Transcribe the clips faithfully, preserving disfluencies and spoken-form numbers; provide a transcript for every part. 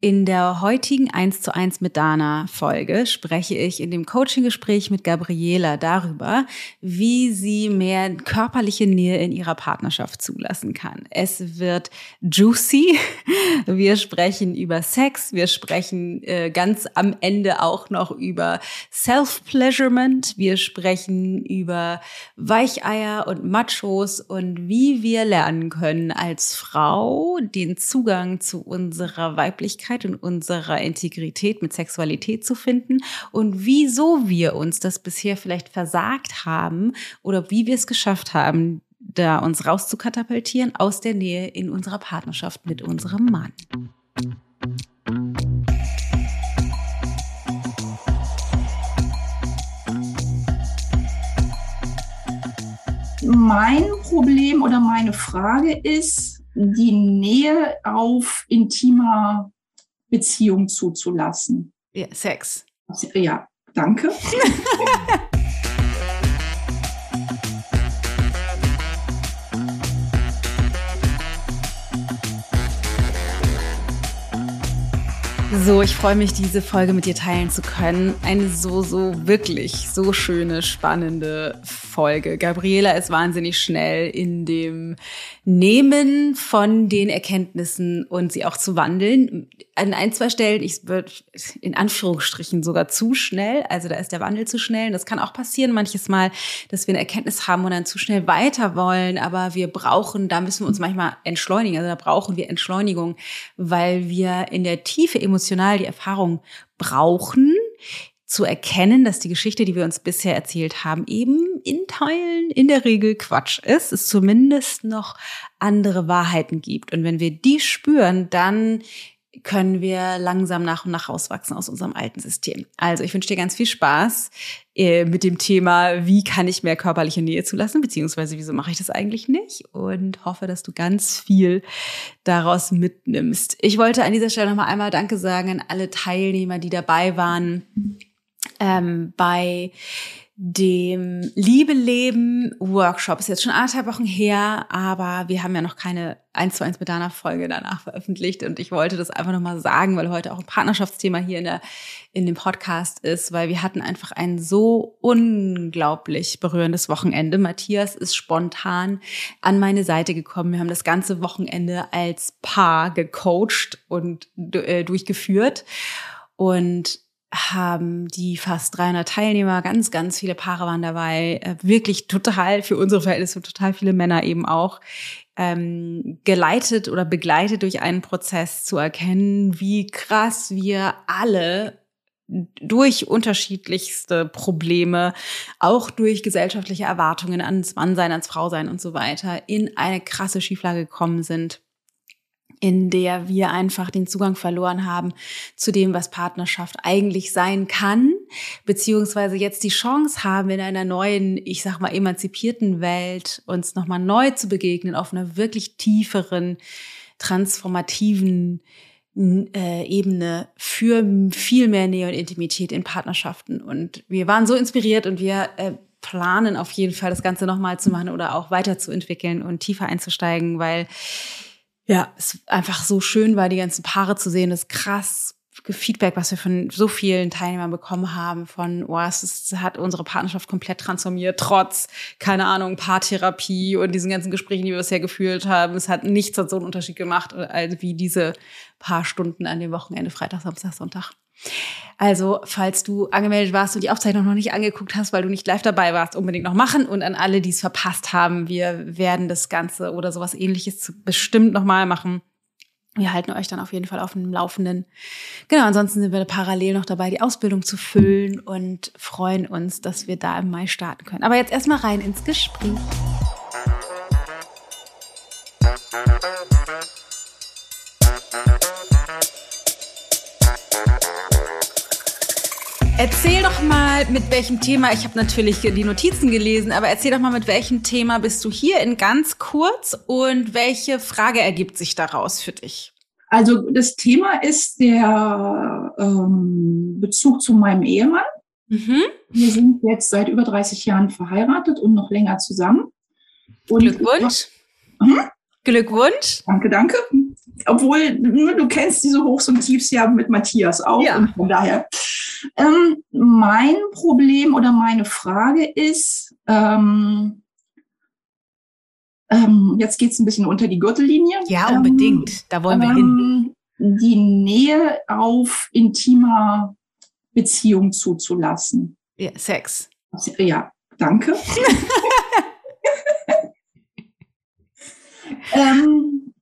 In der heutigen eins zu eins mit Dana Folge spreche ich in dem Coaching-Gespräch mit Gabriela darüber, wie sie mehr körperliche Nähe in ihrer Partnerschaft zulassen kann. Es wird juicy. Wir sprechen über Sex. Wir sprechen äh, ganz am Ende auch noch über Self-Pleasurement. Wir sprechen über Weicheier und Machos und wie wir lernen können, als Frau den Zugang zu unserer Weiblichkeit und unserer Integrität mit Sexualität zu finden und wieso wir uns das bisher vielleicht versagt haben oder wie wir es geschafft haben, da uns rauszukatapultieren aus der Nähe in unserer Partnerschaft mit unserem Mann. Mein Problem oder meine Frage ist, die Nähe auf intimer Beziehung zuzulassen. Ja, Sex. Ja, danke. So, ich freue mich, diese Folge mit dir teilen zu können. Eine so, so wirklich so schöne, spannende Folge. Gabriela ist wahnsinnig schnell in dem Nehmen von den Erkenntnissen und sie auch zu wandeln. An ein, zwei Stellen, ich würde in Anführungsstrichen sogar zu schnell, also da ist der Wandel zu schnell. Und das kann auch passieren manches Mal, dass wir eine Erkenntnis haben und dann zu schnell weiter wollen. Aber wir brauchen, da müssen wir uns manchmal entschleunigen. Also da brauchen wir Entschleunigung, weil wir in der Tiefe emotional die Erfahrung brauchen, zu erkennen, dass die Geschichte, die wir uns bisher erzählt haben, eben in Teilen in der Regel Quatsch ist, es zumindest noch andere Wahrheiten gibt. Und wenn wir die spüren, dann können wir langsam nach und nach rauswachsen aus unserem alten System. Also ich wünsche dir ganz viel Spaß äh, mit dem Thema, wie kann ich mehr körperliche Nähe zulassen, beziehungsweise wieso mache ich das eigentlich nicht, und hoffe, dass du ganz viel daraus mitnimmst. Ich wollte an dieser Stelle noch mal einmal Danke sagen an alle Teilnehmer, die dabei waren ähm, bei dem Liebe-Leben-Workshop. Ist jetzt schon anderthalb Wochen her, aber wir haben ja noch keine eins zu eins mit Dana Folge danach veröffentlicht und ich wollte das einfach nochmal sagen, weil heute auch ein Partnerschaftsthema hier in der in dem Podcast ist, weil wir hatten einfach ein so unglaublich berührendes Wochenende. Matthias ist spontan an meine Seite gekommen. Wir haben das ganze Wochenende als Paar gecoacht und äh, durchgeführt und haben die fast dreihundert Teilnehmer, ganz, ganz viele Paare waren dabei, äh, wirklich total, für unsere Verhältnisse total viele Männer eben auch, ähm, geleitet oder begleitet durch einen Prozess zu erkennen, wie krass wir alle durch unterschiedlichste Probleme, auch durch gesellschaftliche Erwartungen ans Mannsein, ans Frausein und so weiter, in eine krasse Schieflage gekommen sind, in der wir einfach den Zugang verloren haben zu dem, was Partnerschaft eigentlich sein kann, beziehungsweise jetzt die Chance haben, in einer neuen, ich sag mal, emanzipierten Welt uns nochmal neu zu begegnen, auf einer wirklich tieferen, transformativen äh, Ebene für viel mehr Nähe und Intimität in Partnerschaften. Und wir waren so inspiriert und wir äh, planen auf jeden Fall, das Ganze nochmal zu machen oder auch weiterzuentwickeln und tiefer einzusteigen, weil ja, es einfach so schön war, die ganzen Paare zu sehen. Das ist krass Feedback, was wir von so vielen Teilnehmern bekommen haben, von, oh, es ist, hat unsere Partnerschaft komplett transformiert, trotz, keine Ahnung, Paartherapie und diesen ganzen Gesprächen, die wir bisher geführt haben. Es hat nichts hat so einen Unterschied gemacht, als wie diese paar Stunden an dem Wochenende, Freitag, Samstag, Sonntag. Also, falls du angemeldet warst und die Aufzeichnung noch nicht angeguckt hast, weil du nicht live dabei warst, unbedingt noch machen. Und an alle, die es verpasst haben, wir werden das Ganze oder sowas Ähnliches bestimmt noch mal machen. Wir halten euch dann auf jeden Fall auf dem Laufenden. Genau, ansonsten sind wir parallel noch dabei, die Ausbildung zu füllen und freuen uns, dass wir da im Mai starten können. Aber jetzt erstmal rein ins Gespräch. Erzähl doch mal, mit welchem Thema, ich habe natürlich die Notizen gelesen, aber erzähl doch mal, mit welchem Thema bist du hier in ganz kurz und welche Frage ergibt sich daraus für dich? Also das Thema ist der ähm, Bezug zu meinem Ehemann. Mhm. Wir sind jetzt seit über dreißig Jahren verheiratet und noch länger zusammen. Und Glückwunsch. Hm? Glückwunsch. Danke, danke. Obwohl, du kennst diese Hochs und Tiefs ja mit Matthias auch. Ja. Und von daher, ähm, mein Problem oder meine Frage ist, ähm, ähm, jetzt geht es ein bisschen unter die Gürtellinie. Ja, unbedingt. Ähm, da wollen wir ähm, hin. Die Nähe auf intimer Beziehung zuzulassen. Ja, Sex. Ja, danke. ähm,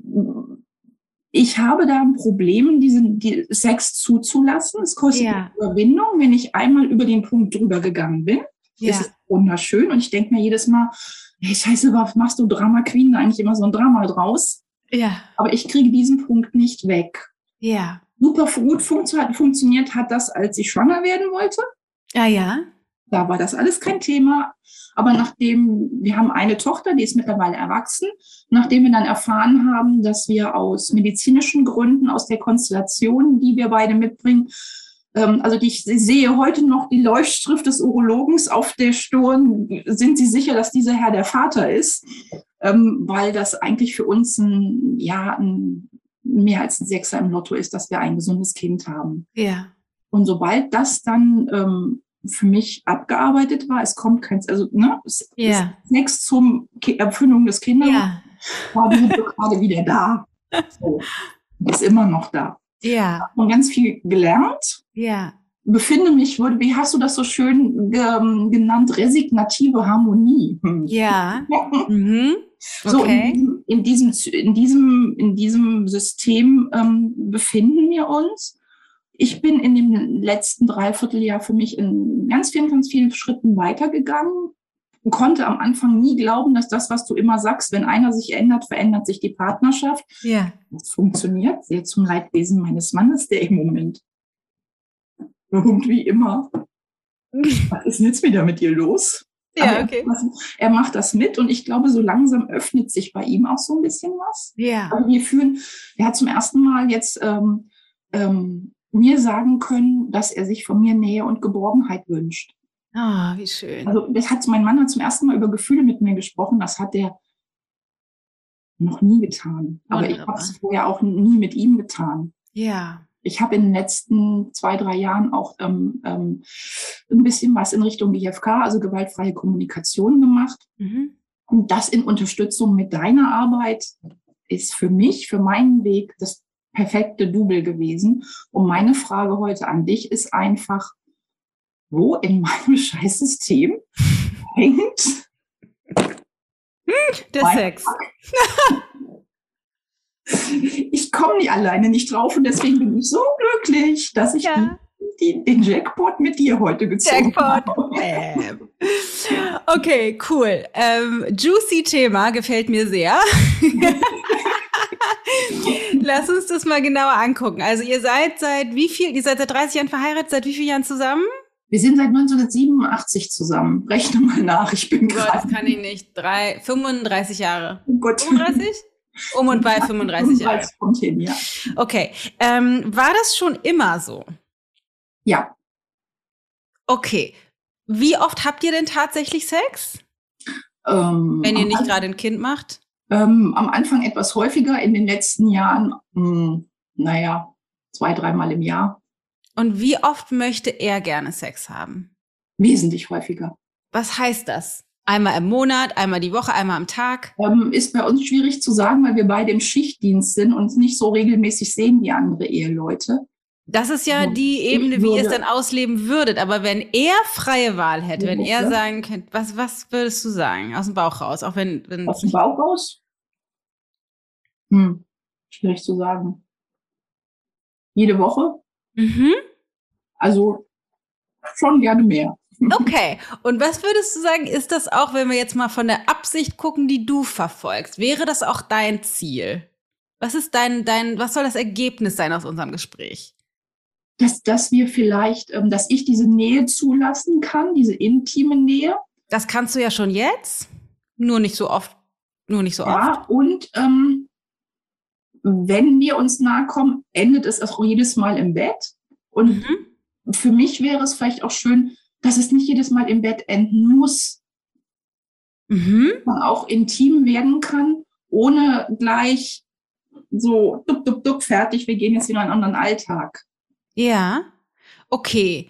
ich habe da ein Problem, diesen die Sex zuzulassen. Es kostet ja. Überwindung. Wenn ich einmal über den Punkt drüber gegangen bin, ja. ist es wunderschön. Und ich denke mir jedes Mal, hey, scheiße, was machst du Drama Queen? Da eigentlich immer so ein Drama draus. Ja. Aber ich kriege diesen Punkt nicht weg. Ja. Super gut funktio- funktioniert hat das, als ich schwanger werden wollte. Ah ja. Da war das alles kein Thema. Aber nachdem, wir haben eine Tochter, die ist mittlerweile erwachsen, nachdem wir dann erfahren haben, dass wir aus medizinischen Gründen, aus der Konstellation, die wir beide mitbringen, ähm, also die ich sehe heute noch die Leuchtschrift des Urologens auf der Stirn, sind Sie sicher, dass dieser Herr der Vater ist? Ähm, weil das eigentlich für uns ein, ja, ein, mehr als ein Sechser im Lotto ist, dass wir ein gesundes Kind haben. Ja. Und sobald das dann ähm, für mich abgearbeitet war, es kommt kein, also ne, es ja. ist nichts zum Ki- Erfüllung des Kindes, ja. war die gerade wieder da. So, ist immer noch da. Ja. Und ganz viel gelernt. Ja. Befinde mich, wie hast du das so schön ähm, genannt, resignative Harmonie. Hm. Ja. mhm. So, okay. in, in, diesem, in, diesem, in diesem System ähm, befinden wir uns. Ich bin in dem letzten Dreivierteljahr für mich in ganz vielen, ganz vielen Schritten weitergegangen und konnte am Anfang nie glauben, dass das, was du immer sagst, wenn einer sich ändert, verändert sich die Partnerschaft. Ja. Das funktioniert sehr zum Leidwesen meines Mannes, der im Moment irgendwie immer, was ist denn jetzt wieder mit dir los? Ja, okay. Er macht das mit und ich glaube, so langsam öffnet sich bei ihm auch so ein bisschen was. Ja. Also wir fühlen, er hat zum ersten Mal jetzt ähm, ähm, mir sagen können, dass er sich von mir Nähe und Geborgenheit wünscht. Ah, oh, wie schön. Also das hat mein Mann hat zum ersten Mal über Gefühle mit mir gesprochen. Das hat er noch nie getan. Aber Wunderbar. Ich habe es vorher auch nie mit ihm getan. Ja. Ich habe in den letzten zwei, drei Jahren auch ähm, ähm, ein bisschen was in Richtung G F K, also gewaltfreie Kommunikation gemacht. Mhm. Und das in Unterstützung mit deiner Arbeit ist für mich, für meinen Weg, das perfekte Double gewesen. Und meine Frage heute an dich ist einfach, wo in meinem Scheißsystem hängt der Sex? Ich komme nie alleine nicht drauf und deswegen bin ich so glücklich, dass ich ja. die, die, den Jackpot mit dir heute gezogen Jackpot. habe. Ähm. Okay, cool. Ähm, juicy Thema, gefällt mir sehr. Lass uns das mal genauer angucken. Also ihr seid seit wie viel, ihr seid seit dreißig Jahren verheiratet, seit wie vielen Jahren zusammen? Wir sind seit neunzehnhundertsiebenundachtzig zusammen. Rechne mal nach, ich bin oh Gott, das kann ich nicht. Drei, fünfunddreißig Jahre. Oh Gott. fünfunddreißig? Um und bei fünfunddreißig Jahre. Kommt hin, ja. Okay. Ähm, war das schon immer so? Ja. Okay. Wie oft habt ihr denn tatsächlich Sex? Ähm, Wenn ihr nicht gerade ein Kind macht? Ähm, am Anfang etwas häufiger, in den letzten Jahren, mh, naja, zwei, dreimal im Jahr. Und wie oft möchte er gerne Sex haben? Wesentlich häufiger. Was heißt das? Einmal im Monat, einmal die Woche, einmal am Tag? Ähm, ist bei uns schwierig zu sagen, weil wir beide im Schichtdienst sind und nicht so regelmäßig sehen wie andere Eheleute. Das ist ja die Ebene, wie ihr es dann ausleben würdet. Aber wenn er freie Wahl hätte, wenn er sagen könnte, was, was würdest du sagen? Aus dem Bauch raus? Auch wenn, wenn Aus dem Bauch raus? Hm, schwierig zu sagen. Jede Woche? Mhm. Also schon gerne mehr. Okay. Und was würdest du sagen, ist das auch, wenn wir jetzt mal von der Absicht gucken, die du verfolgst? Wäre das auch dein Ziel? Was ist dein, dein, was soll das Ergebnis sein aus unserem Gespräch? Dass, dass wir vielleicht, ähm, dass ich diese Nähe zulassen kann, diese intime Nähe. Das kannst du ja schon jetzt, nur nicht so oft, nur nicht so ja, oft. Und ähm, wenn wir uns nahe kommen, endet es auch jedes Mal im Bett. Und mhm. für mich wäre es vielleicht auch schön, dass es nicht jedes Mal im Bett enden muss. Mhm. Man auch intim werden kann, ohne gleich so, duck, duck, duck, fertig, wir gehen jetzt in einen anderen Alltag. Ja, okay.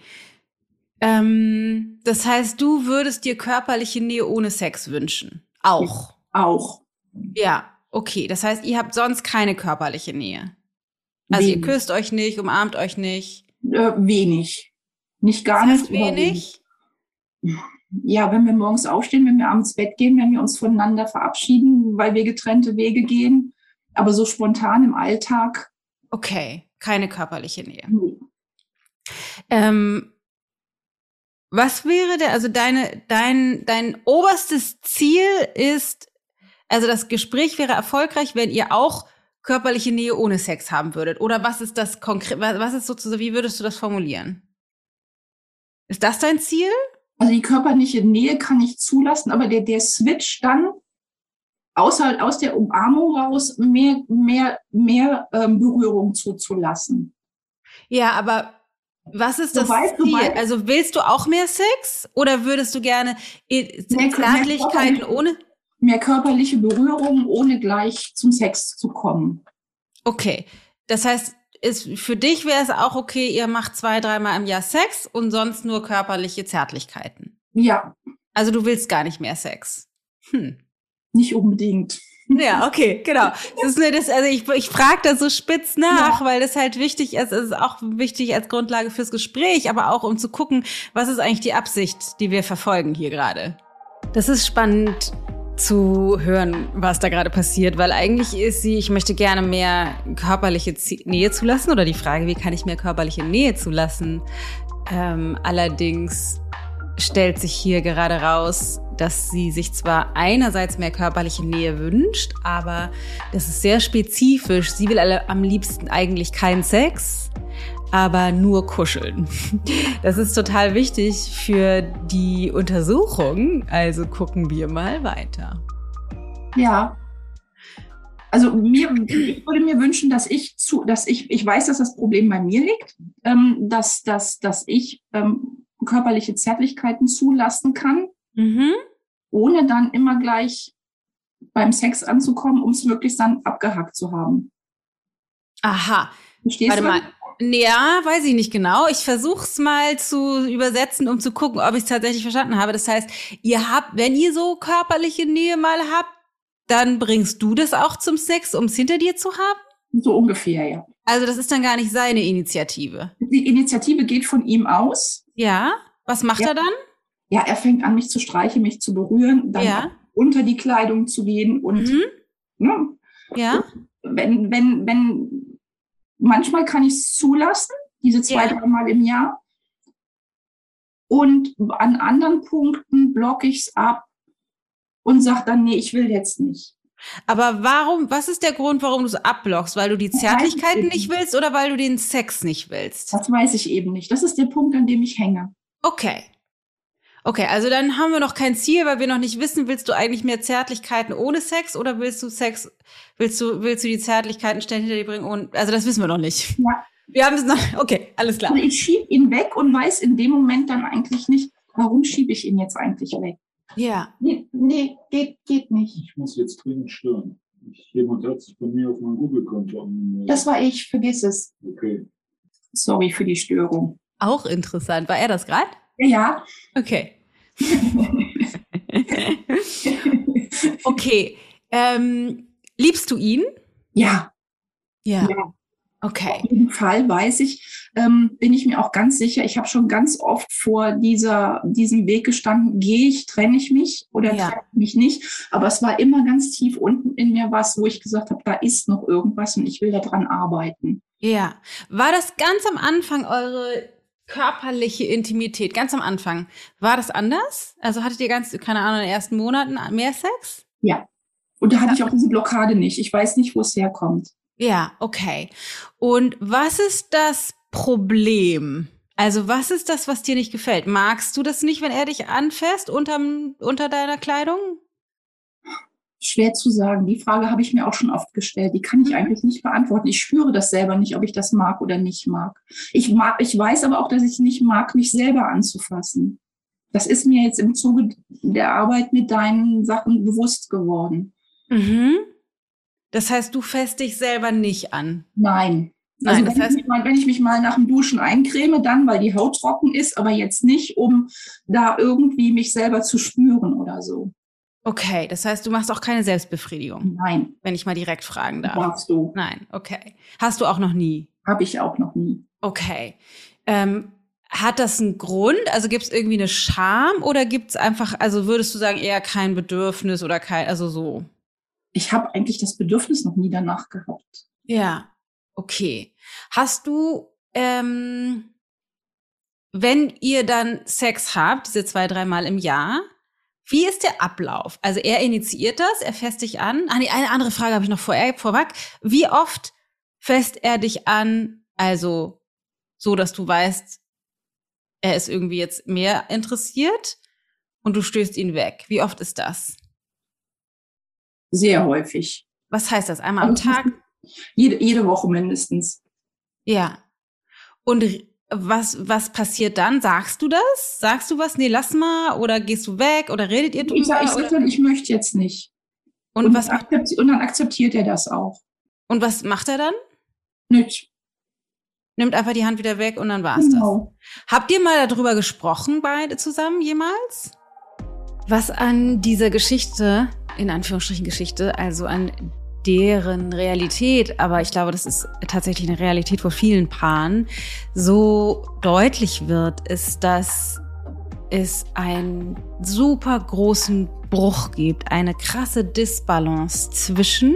Ähm, das heißt, du würdest dir körperliche Nähe ohne Sex wünschen? Auch? Ja, auch. Ja, okay. Das heißt, ihr habt sonst keine körperliche Nähe? Also wenig. Ihr küsst euch nicht, umarmt euch nicht? Äh, wenig. Nicht gar das heißt nicht. Wenig? Ja, wenn wir morgens aufstehen, wenn wir abends ins Bett gehen, wenn wir uns voneinander verabschieden, weil wir getrennte Wege gehen. Aber so spontan im Alltag. Okay, keine körperliche Nähe. Nee. Ähm, was wäre der, also deine, dein, dein oberstes Ziel ist, also das Gespräch wäre erfolgreich, wenn ihr auch körperliche Nähe ohne Sex haben würdet? Oder was ist das konkret, was ist sozusagen, wie würdest du das formulieren? Ist das dein Ziel? Also die körperliche Nähe kann ich zulassen, aber der, der Switch dann außer, aus der Umarmung raus mehr, mehr, mehr ähm, Berührung zuzulassen. Ja, aber was ist das Sobald, Ziel? sobald, also willst du auch mehr Sex oder würdest du gerne Zärtlichkeiten mehr ohne? Mehr körperliche Berührung, ohne gleich zum Sex zu kommen. Okay, das heißt, ist, für dich wäre es auch okay, ihr macht zwei, dreimal im Jahr Sex und sonst nur körperliche Zärtlichkeiten. Ja. Also du willst gar nicht mehr Sex. Hm. Nicht unbedingt. Ja, okay, genau. Das ist nur das, also ich, ich frage da so spitz nach, ja. weil das halt wichtig ist. Es ist auch wichtig als Grundlage fürs Gespräch, aber auch um zu gucken, was ist eigentlich die Absicht, die wir verfolgen hier gerade. Das ist spannend zu hören, was da gerade passiert, weil eigentlich ist sie, ich möchte gerne mehr körperliche Nähe zulassen oder die Frage, wie kann ich mehr körperliche Nähe zulassen? Ähm, allerdings stellt sich hier gerade raus, dass sie sich zwar einerseits mehr körperliche Nähe wünscht, aber das ist sehr spezifisch. Sie will alle am liebsten eigentlich keinen Sex, aber nur kuscheln. Das ist total wichtig für die Untersuchung. Also gucken wir mal weiter. Ja. Also mir, ich würde mir wünschen, dass ich zu, dass ich, ich weiß, dass das Problem bei mir liegt, ähm, dass, dass, dass ich ähm, körperliche Zärtlichkeiten zulassen kann, mhm. ohne dann immer gleich beim Sex anzukommen, um es möglichst dann abgehackt zu haben. Aha. Verstehst Warte du? mal. Ja, weiß ich nicht genau. Ich versuche es mal zu übersetzen, um zu gucken, ob ich es tatsächlich verstanden habe. Das heißt, ihr habt, wenn ihr so körperliche Nähe mal habt, dann bringst du das auch zum Sex, um es hinter dir zu haben? So ungefähr, ja. Also das ist dann gar nicht seine Initiative. Die Initiative geht von ihm aus. Ja, was macht ja. er dann? Ja, er fängt an, mich zu streicheln, mich zu berühren, dann ja. unter die Kleidung zu gehen und, mhm. ne, ja. und wenn, wenn, wenn, manchmal kann ich es zulassen, diese zwei, ja. dreimal im Jahr. Und an anderen Punkten blocke ich es ab und sage dann, nee, ich will jetzt nicht. Aber warum, was ist der Grund, warum du es abblockst? Weil du die Zärtlichkeiten nicht willst oder weil du den Sex nicht willst? Das weiß ich eben nicht. Das ist der Punkt, an dem ich hänge. Okay. Okay, also dann haben wir noch kein Ziel, weil wir noch nicht wissen, willst du eigentlich mehr Zärtlichkeiten ohne Sex oder willst du Sex, willst du, willst du die Zärtlichkeiten schnell hinter dir bringen? Und, also das wissen wir noch nicht. Ja. Wir haben es noch, okay, alles klar. Also ich schiebe ihn weg und weiß in dem Moment dann eigentlich nicht, warum schiebe ich ihn jetzt eigentlich weg? Ja. Nee, nee, geht, geht nicht. Ich muss jetzt dringend stören. Jemand hat sich bei mir auf mein Google-Konto angemeldet. Das war ich, vergiss es. Okay. Sorry für die Störung. Auch interessant. War er das gerade? Ja. Okay. Okay. Ähm, liebst du ihn? Ja. Ja. Ja. Okay. Auf jeden Fall weiß ich, ähm, bin ich mir auch ganz sicher, ich habe schon ganz oft vor dieser, diesem Weg gestanden, gehe ich, trenne ich mich oder Ja. trenne ich mich nicht. Aber es war immer ganz tief unten in mir was, wo ich gesagt habe, da ist noch irgendwas und ich will daran arbeiten. Ja. War das ganz am Anfang eure körperliche Intimität, ganz am Anfang, war das anders? Also hattet ihr ganz, keine Ahnung, in den ersten Monaten mehr Sex? Ja. Und da hatte ich auch diese Blockade nicht. Ich weiß nicht, wo es herkommt. Ja, okay. Und was ist das Problem? Also was ist das, was dir nicht gefällt? Magst du das nicht, wenn er dich anfasst unterm, unter deiner Kleidung? Schwer zu sagen. Die Frage habe ich mir auch schon oft gestellt. Die kann ich Mhm. eigentlich nicht beantworten. Ich spüre das selber nicht, ob ich das mag oder nicht mag. Ich mag, ich weiß aber auch, dass ich es nicht mag, mich selber anzufassen. Das ist mir jetzt im Zuge der Arbeit mit deinen Sachen bewusst geworden. Mhm. Das heißt, du fässt dich selber nicht an? Nein. Nein, Also das wenn, heißt, ich mich mal, wenn ich mich mal nach dem Duschen eincreme, dann, weil die Haut trocken ist, aber jetzt nicht, um da irgendwie mich selber zu spüren oder so. okay, das heißt, du machst auch keine Selbstbefriedigung, Nein, wenn ich mal direkt fragen darf. darfst du. Nein, okay. Hast du auch noch nie? Habe ich auch noch nie. Okay. Ähm, hat das einen Grund? Also gibt es irgendwie eine Scham oder gibt es einfach, also würdest du sagen, eher kein Bedürfnis oder kein, also so? Ich habe eigentlich das Bedürfnis noch nie danach gehabt. Ja, okay. Hast du, ähm, wenn ihr dann Sex habt, diese zwei, dreimal im Jahr, wie ist der Ablauf? Also er initiiert das, er fasst dich an. Ah, nee, eine andere Frage habe ich noch vor, vorweg. Wie oft fasst er dich an, also so, dass du weißt, er ist irgendwie jetzt mehr interessiert und du stößt ihn weg? Wie oft ist das? Sehr häufig. Was heißt das? Einmal am Tag? Jede, jede Woche mindestens. Ja. Und was, was passiert dann? Sagst du das? Sagst du was? Nee, lass mal. Oder gehst du weg? Oder redet ihr drüber? Ich sage, ich, sag dann, ich möchte jetzt nicht. Und, und, was macht, und dann akzeptiert er das auch. Und was macht er dann? Nichts. Nimmt einfach die Hand wieder weg und dann war's Genau. das. Habt ihr mal darüber gesprochen, beide zusammen jemals? Was an dieser Geschichte, in Anführungsstrichen Geschichte, also an deren Realität, aber ich glaube, das ist tatsächlich eine Realität vor vielen Paaren, so deutlich wird, ist, dass es einen super großen Bruch gibt, eine krasse Disbalance zwischen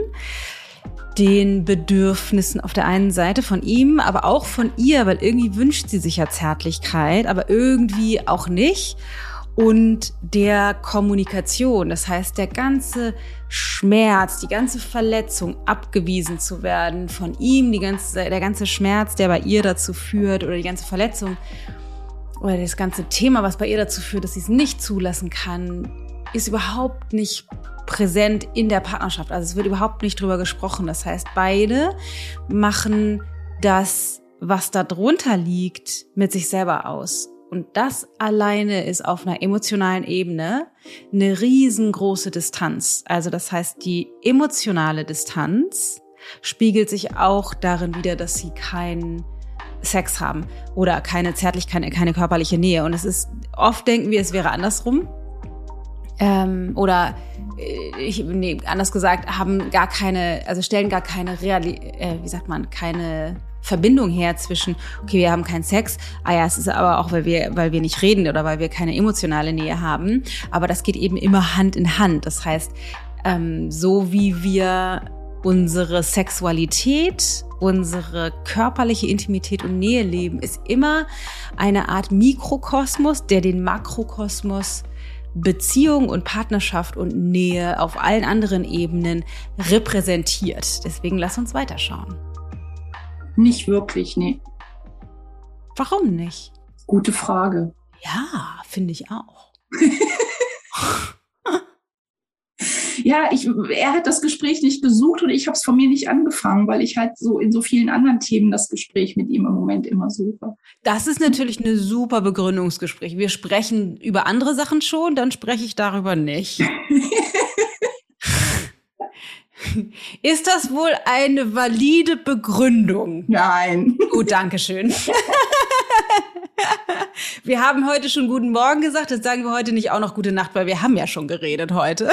den Bedürfnissen auf der einen Seite von ihm, aber auch von ihr, weil irgendwie wünscht sie sich ja Zärtlichkeit, aber irgendwie auch nicht. Und der Kommunikation, das heißt, der ganze Schmerz, die ganze Verletzung, abgewiesen zu werden von ihm, die ganze, der ganze Schmerz, der bei ihr dazu führt, oder die ganze Verletzung, oder das ganze Thema, was bei ihr dazu führt, dass sie es nicht zulassen kann, ist überhaupt nicht präsent in der Partnerschaft. Also es wird überhaupt nicht drüber gesprochen. Das heißt, beide machen das, was da drunter liegt, mit sich selber aus. Und das alleine ist auf einer emotionalen Ebene eine riesengroße Distanz. Also das heißt, die emotionale Distanz spiegelt sich auch darin wider, dass sie keinen Sex haben oder keine Zärtlichkeit, keine körperliche Nähe. Und es ist, oft denken wir, es wäre andersrum. Ähm, oder ich, nee, anders gesagt, haben gar keine, also stellen gar keine Reali äh, wie sagt man, keine Verbindung her zwischen, okay, wir haben keinen Sex, ah ja, es ist aber auch, weil wir, weil wir nicht reden oder weil wir keine emotionale Nähe haben. Aber das geht eben immer Hand in Hand. Das heißt, ähm, so wie wir unsere Sexualität, unsere körperliche Intimität und Nähe leben, ist immer eine Art Mikrokosmos, der den Makrokosmos Beziehung und Partnerschaft und Nähe auf allen anderen Ebenen repräsentiert. Deswegen lass uns weiterschauen. Nicht wirklich, nee. Warum nicht? Gute Frage. Ja, finde ich auch. Ja, ich, er hat das Gespräch nicht gesucht und ich habe es von mir nicht angefangen, weil ich halt so in so vielen anderen Themen das Gespräch mit ihm im Moment immer suche. Das ist natürlich eine super Begründungsgespräch. Wir sprechen über andere Sachen schon, dann spreche ich darüber nicht. Ist das wohl eine valide Begründung? Nein. Gut, danke schön. Wir haben heute schon guten Morgen gesagt, jetzt sagen wir heute nicht auch noch gute Nacht, weil wir haben ja schon geredet heute.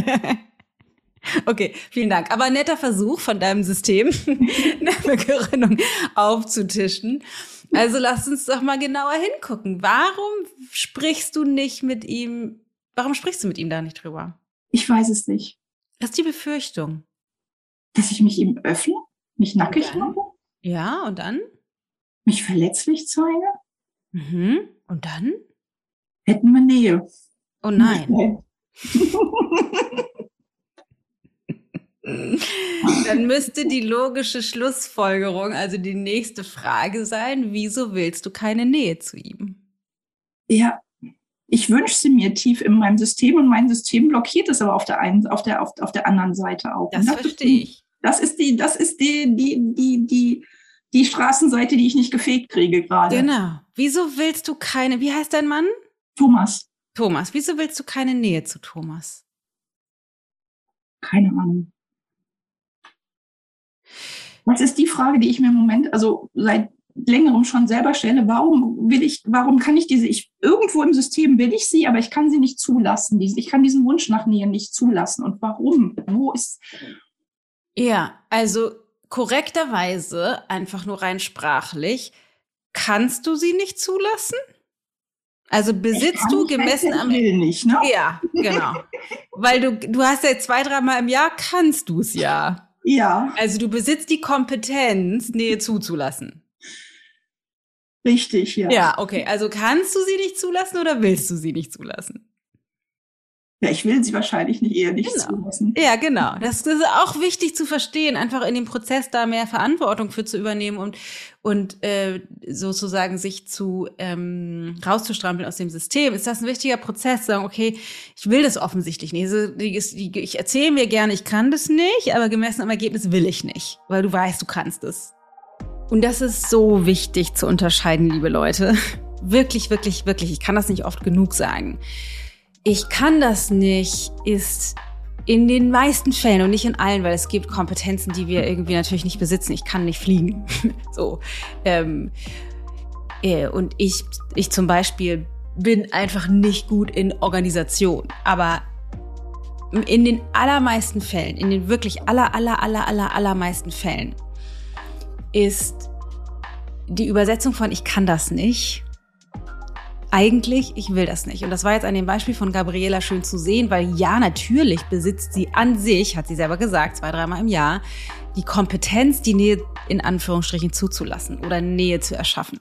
Okay, vielen Dank. Aber ein netter Versuch von deinem System, eine Begründung aufzutischen. Also lass uns doch mal genauer hingucken. Warum sprichst du nicht mit ihm, warum sprichst du mit ihm da nicht drüber? Ich weiß es nicht. Das ist die Befürchtung. Dass ich mich ihm öffne, mich nackig mache? Ja, und dann? Mich verletzlich zeige? Mhm. Und dann? Hätten wir Nähe. Oh nein. Dann müsste die logische Schlussfolgerung, also die nächste Frage sein, wieso willst du keine Nähe zu ihm? Ja, ich wünsche sie mir tief in meinem System und mein System blockiert es aber auf der einen, auf der, auf, auf der anderen Seite auch. Das, das verstehe ich. Das ist die, das ist die, die, die, die, die Straßenseite, die ich nicht gefegt kriege gerade. Genau. Wieso willst du keine, wie heißt dein Mann? Thomas. Thomas. Wieso willst du keine Nähe zu Thomas? Keine Ahnung. Was ist die Frage, die ich mir im Moment, also seit längerem schon selber stelle? Warum will ich, warum kann ich diese, ich, irgendwo im System will ich sie, aber ich kann sie nicht zulassen. Ich kann diesen Wunsch nach Nähe nicht zulassen. Und warum? Wo ist... Ja, also korrekterweise, einfach nur rein sprachlich, kannst du sie nicht zulassen? Also besitzt du gemessen am... will nicht, ne? Ja, genau. Weil du, du hast ja zwei, dreimal im Jahr, kannst du es ja. Ja. Also du besitzt die Kompetenz, Nähe zuzulassen. Richtig, ja. Ja, okay. Also kannst du sie nicht zulassen oder willst du sie nicht zulassen? Ja, ich will sie wahrscheinlich nicht eher nicht Genau. zulassen. Ja, genau. Das ist auch wichtig zu verstehen, einfach in dem Prozess da mehr Verantwortung für zu übernehmen und, und äh, sozusagen sich zu ähm, rauszustrampeln aus dem System. Ist das ein wichtiger Prozess? Sagen, okay, ich will das offensichtlich nicht. Also, die, die, ich erzähle mir gerne, ich kann das nicht, aber gemessen am Ergebnis will ich nicht, weil du weißt, du kannst es. Und das ist so wichtig zu unterscheiden, liebe Leute. Wirklich, wirklich, wirklich. Ich kann das nicht oft genug sagen. Ich kann das nicht ist in den meisten Fällen und nicht in allen, weil es gibt Kompetenzen, die wir irgendwie natürlich nicht besitzen. Ich kann nicht fliegen. so. Ähm, äh, und ich, ich zum Beispiel bin einfach nicht gut in Organisation. Aber in den allermeisten Fällen, in den wirklich aller, aller, aller, aller, allermeisten Fällen ist die Übersetzung von ich kann das nicht eigentlich, ich will das nicht. Und das war jetzt an dem Beispiel von Gabriela schön zu sehen, weil ja, natürlich besitzt sie an sich, hat sie selber gesagt, zwei, dreimal im Jahr, die Kompetenz, die Nähe in Anführungsstrichen zuzulassen oder Nähe zu erschaffen.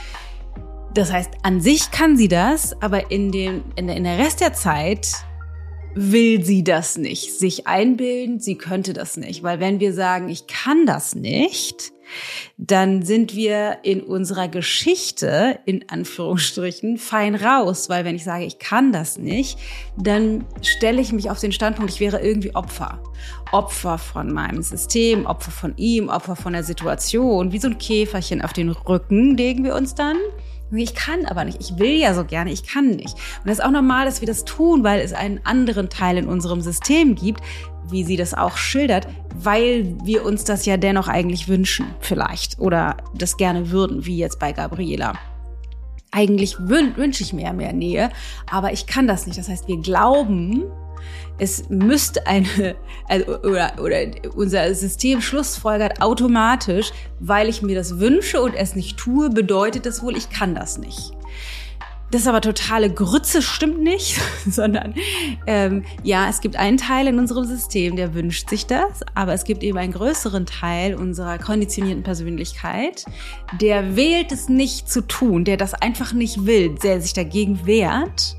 Das heißt, an sich kann sie das, aber in, den, in, der, in der Rest der Zeit will sie das nicht. Sich einbilden, sie könnte das nicht. Weil wenn wir sagen, ich kann das nicht, dann sind wir in unserer Geschichte, in Anführungsstrichen, fein raus. Weil wenn ich sage, ich kann das nicht, dann stelle ich mich auf den Standpunkt, ich wäre irgendwie Opfer. Opfer von meinem System, Opfer von ihm, Opfer von der Situation. Wie so ein Käferchen auf den Rücken legen wir uns dann. Ich kann aber nicht. Ich will ja so gerne. Ich kann nicht. Und das ist auch normal, dass wir das tun, weil es einen anderen Teil in unserem System gibt, wie sie das auch schildert, weil wir uns das ja dennoch eigentlich wünschen, vielleicht. Oder das gerne würden, wie jetzt bei Gabriela. Eigentlich wün- wünsche ich mir mehr Nähe, aber ich kann das nicht. Das heißt, wir glauben, es müsste eine, also, oder, oder unser System schlussfolgert automatisch, weil ich mir das wünsche und es nicht tue, bedeutet das wohl, ich kann das nicht. Das ist aber totale Grütze, stimmt nicht, sondern ähm, ja, es gibt einen Teil in unserem System, der wünscht sich das, aber es gibt eben einen größeren Teil unserer konditionierten Persönlichkeit, der wählt es nicht zu tun, der das einfach nicht will, der sich dagegen wehrt.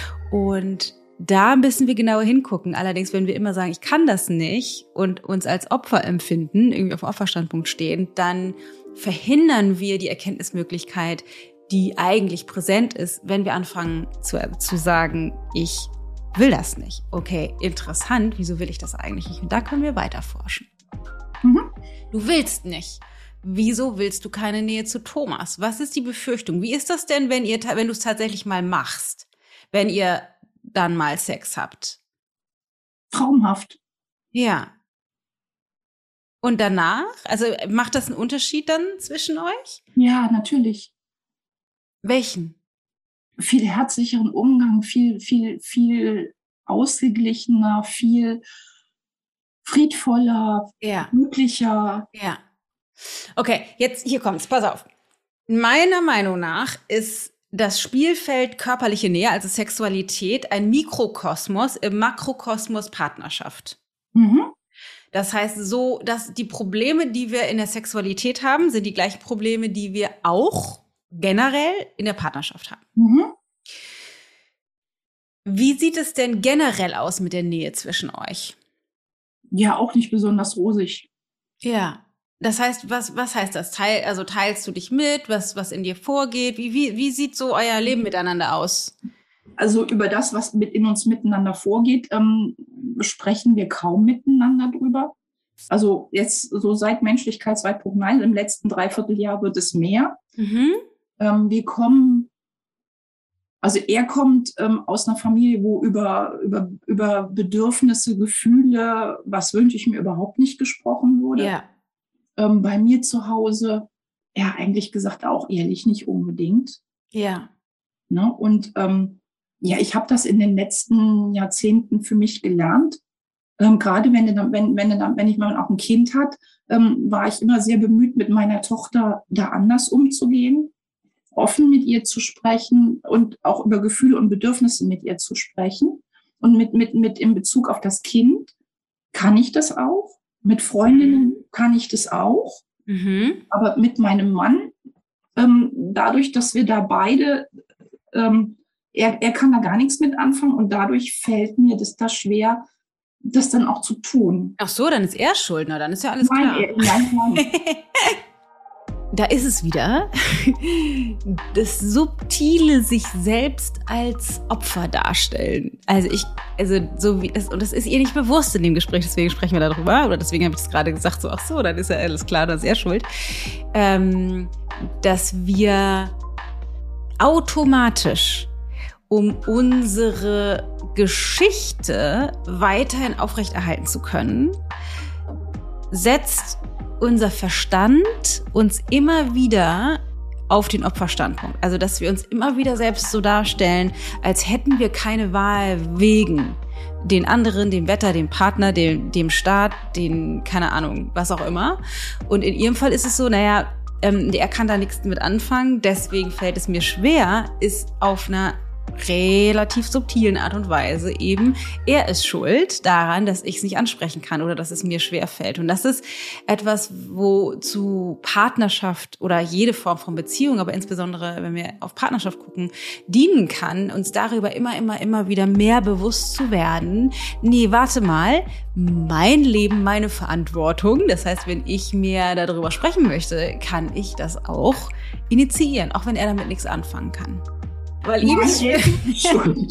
Und da müssen wir genauer hingucken. Allerdings, wenn wir immer sagen, ich kann das nicht und uns als Opfer empfinden, irgendwie auf dem Opferstandpunkt stehen, dann verhindern wir die Erkenntnismöglichkeit, die eigentlich präsent ist, wenn wir anfangen zu, zu sagen, ich will das nicht. Okay, interessant, wieso will ich das eigentlich nicht? Und da können wir weiter forschen. Mhm. Du willst nicht. Wieso willst du keine Nähe zu Thomas? Was ist die Befürchtung? Wie ist das denn, wenn ihr, wenn du es tatsächlich mal machst? Wenn ihr dann mal Sex habt? Traumhaft. Ja. Und danach? Also macht das einen Unterschied dann zwischen euch? Ja, natürlich. Welchen? Viel herzlicheren Umgang, viel, viel, viel ausgeglichener, viel friedvoller, ja. glücklicher. Ja. Okay, jetzt hier kommt's, pass auf. Meiner Meinung nach ist das Spielfeld körperliche Nähe, also Sexualität, ein Mikrokosmos im Makrokosmos Partnerschaft. Mhm. Das heißt, so, dass die Probleme, die wir in der Sexualität haben, sind die gleichen Probleme, die wir auch generell in der Partnerschaft haben. Mhm. Wie sieht es denn generell aus mit der Nähe zwischen euch? Ja, auch nicht besonders rosig. Ja. Das heißt, was, was heißt das? Teil, also teilst du dich mit, was, was in dir vorgeht? Wie, wie, wie sieht so euer Leben miteinander aus? Also über das, was mit in uns miteinander vorgeht, ähm, sprechen wir kaum miteinander drüber. Also jetzt so seit Menschlichkeit zwei Punkt null, im letzten Dreivierteljahr wird es mehr. Mhm. Ähm, wir kommen, also er kommt ähm, aus einer Familie, wo über, über, über Bedürfnisse, Gefühle, was wünsche ich mir, überhaupt nicht gesprochen wurde. Ja. Ähm, bei mir zu Hause, ja, eigentlich gesagt auch ehrlich nicht unbedingt. Ja. Ne? Und ähm, ja, ich habe das in den letzten Jahrzehnten für mich gelernt. Ähm, gerade wenn, du dann, wenn, wenn, du dann, wenn ich mal auch ein Kind hat, ähm, war ich immer sehr bemüht, mit meiner Tochter da anders umzugehen, offen mit ihr zu sprechen und auch über Gefühle und Bedürfnisse mit ihr zu sprechen. Und mit, mit, mit in Bezug auf das Kind kann ich das auch. Mit Freundinnen kann ich das auch. Mhm. Aber mit meinem Mann, ähm, dadurch, dass wir da beide, ähm, er, er kann da gar nichts mit anfangen und dadurch fällt mir das da schwer, das dann auch zu tun. Ach so, dann ist er Schuldner, dann ist ja alles Nein, klar. er, nein, nein. Da ist es wieder. Das subtile sich selbst als Opfer darstellen. Also ich, also so wie es, und das ist ihr nicht bewusst in dem Gespräch, deswegen sprechen wir darüber, oder deswegen habe ich es gerade gesagt, so, ach so, dann ist ja alles klar, dann ist er schuld. Ähm, dass wir automatisch, um unsere Geschichte weiterhin aufrechterhalten zu können, setzt unser Verstand uns immer wieder auf den Opferstandpunkt. Also, dass wir uns immer wieder selbst so darstellen, als hätten wir keine Wahl wegen den anderen, dem Wetter, dem Partner, dem, dem Staat, den, keine Ahnung, was auch immer. Und in ihrem Fall ist es so, naja, ähm, er kann da nichts mit anfangen, deswegen fällt es mir schwer, ist auf einer relativ subtilen Art und Weise eben, er ist schuld daran, dass ich es nicht ansprechen kann oder dass es mir schwer fällt. Und das ist etwas, wo zu Partnerschaft oder jede Form von Beziehung, aber insbesondere, wenn wir auf Partnerschaft gucken, dienen kann, uns darüber immer, immer, immer wieder mehr bewusst zu werden. Nee, warte mal, mein Leben, meine Verantwortung. Das heißt, wenn ich mehr darüber sprechen möchte, kann ich das auch initiieren, auch wenn er damit nichts anfangen kann. Weil ihm ist schuld.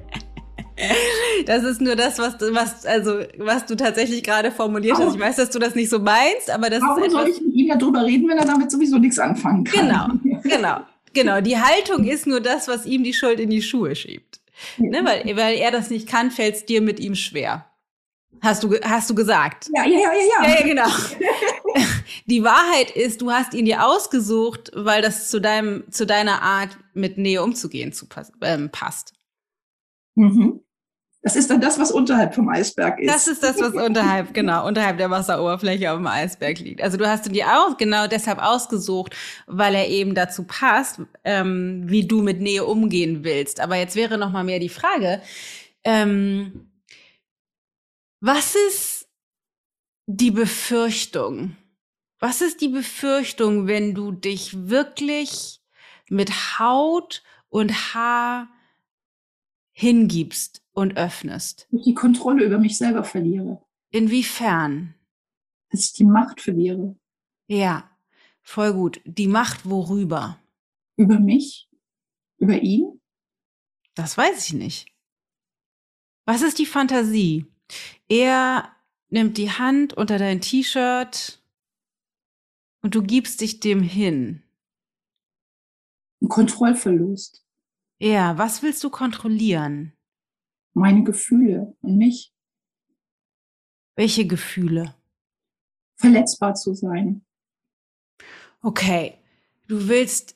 Das ist nur das, was du, was, also, was du tatsächlich gerade formuliert hast. Ich weiß, dass du das nicht so meinst, aber das Warum ist etwas. Soll ich mit ihm darüber reden, wenn er damit sowieso nichts anfangen kann? Genau, genau, genau. Die Haltung ist nur das, was ihm die Schuld in die Schuhe schiebt. Ja. Ne, weil, weil er das nicht kann, fällt es dir mit ihm schwer. Hast du, hast du gesagt? Ja, ja, ja, ja, ja. Ja, ja, genau. Die Wahrheit ist, du hast ihn dir ausgesucht, weil das zu deinem, zu deiner Art, mit Nähe umzugehen, zu, ähm, passt. Mhm. Das ist dann das, was unterhalb vom Eisberg ist. Das ist das, was unterhalb, genau, unterhalb der Wasseroberfläche auf dem Eisberg liegt. Also du hast ihn dir auch genau deshalb ausgesucht, weil er eben dazu passt, ähm, wie du mit Nähe umgehen willst. Aber jetzt wäre noch mal mehr die Frage, ähm, was ist die Befürchtung? Was ist die Befürchtung, wenn du dich wirklich mit Haut und Haar hingibst und öffnest? Dass ich die Kontrolle über mich selber verliere. Inwiefern? Dass ich die Macht verliere. Ja, voll gut. Die Macht worüber? Über mich? Über ihn? Das weiß ich nicht. Was ist die Fantasie? Er nimmt die Hand unter dein T-Shirt und du gibst dich dem hin. Ein Kontrollverlust. Ja, was willst du kontrollieren? Meine Gefühle und mich. Welche Gefühle? Verletzbar zu sein. Okay, du willst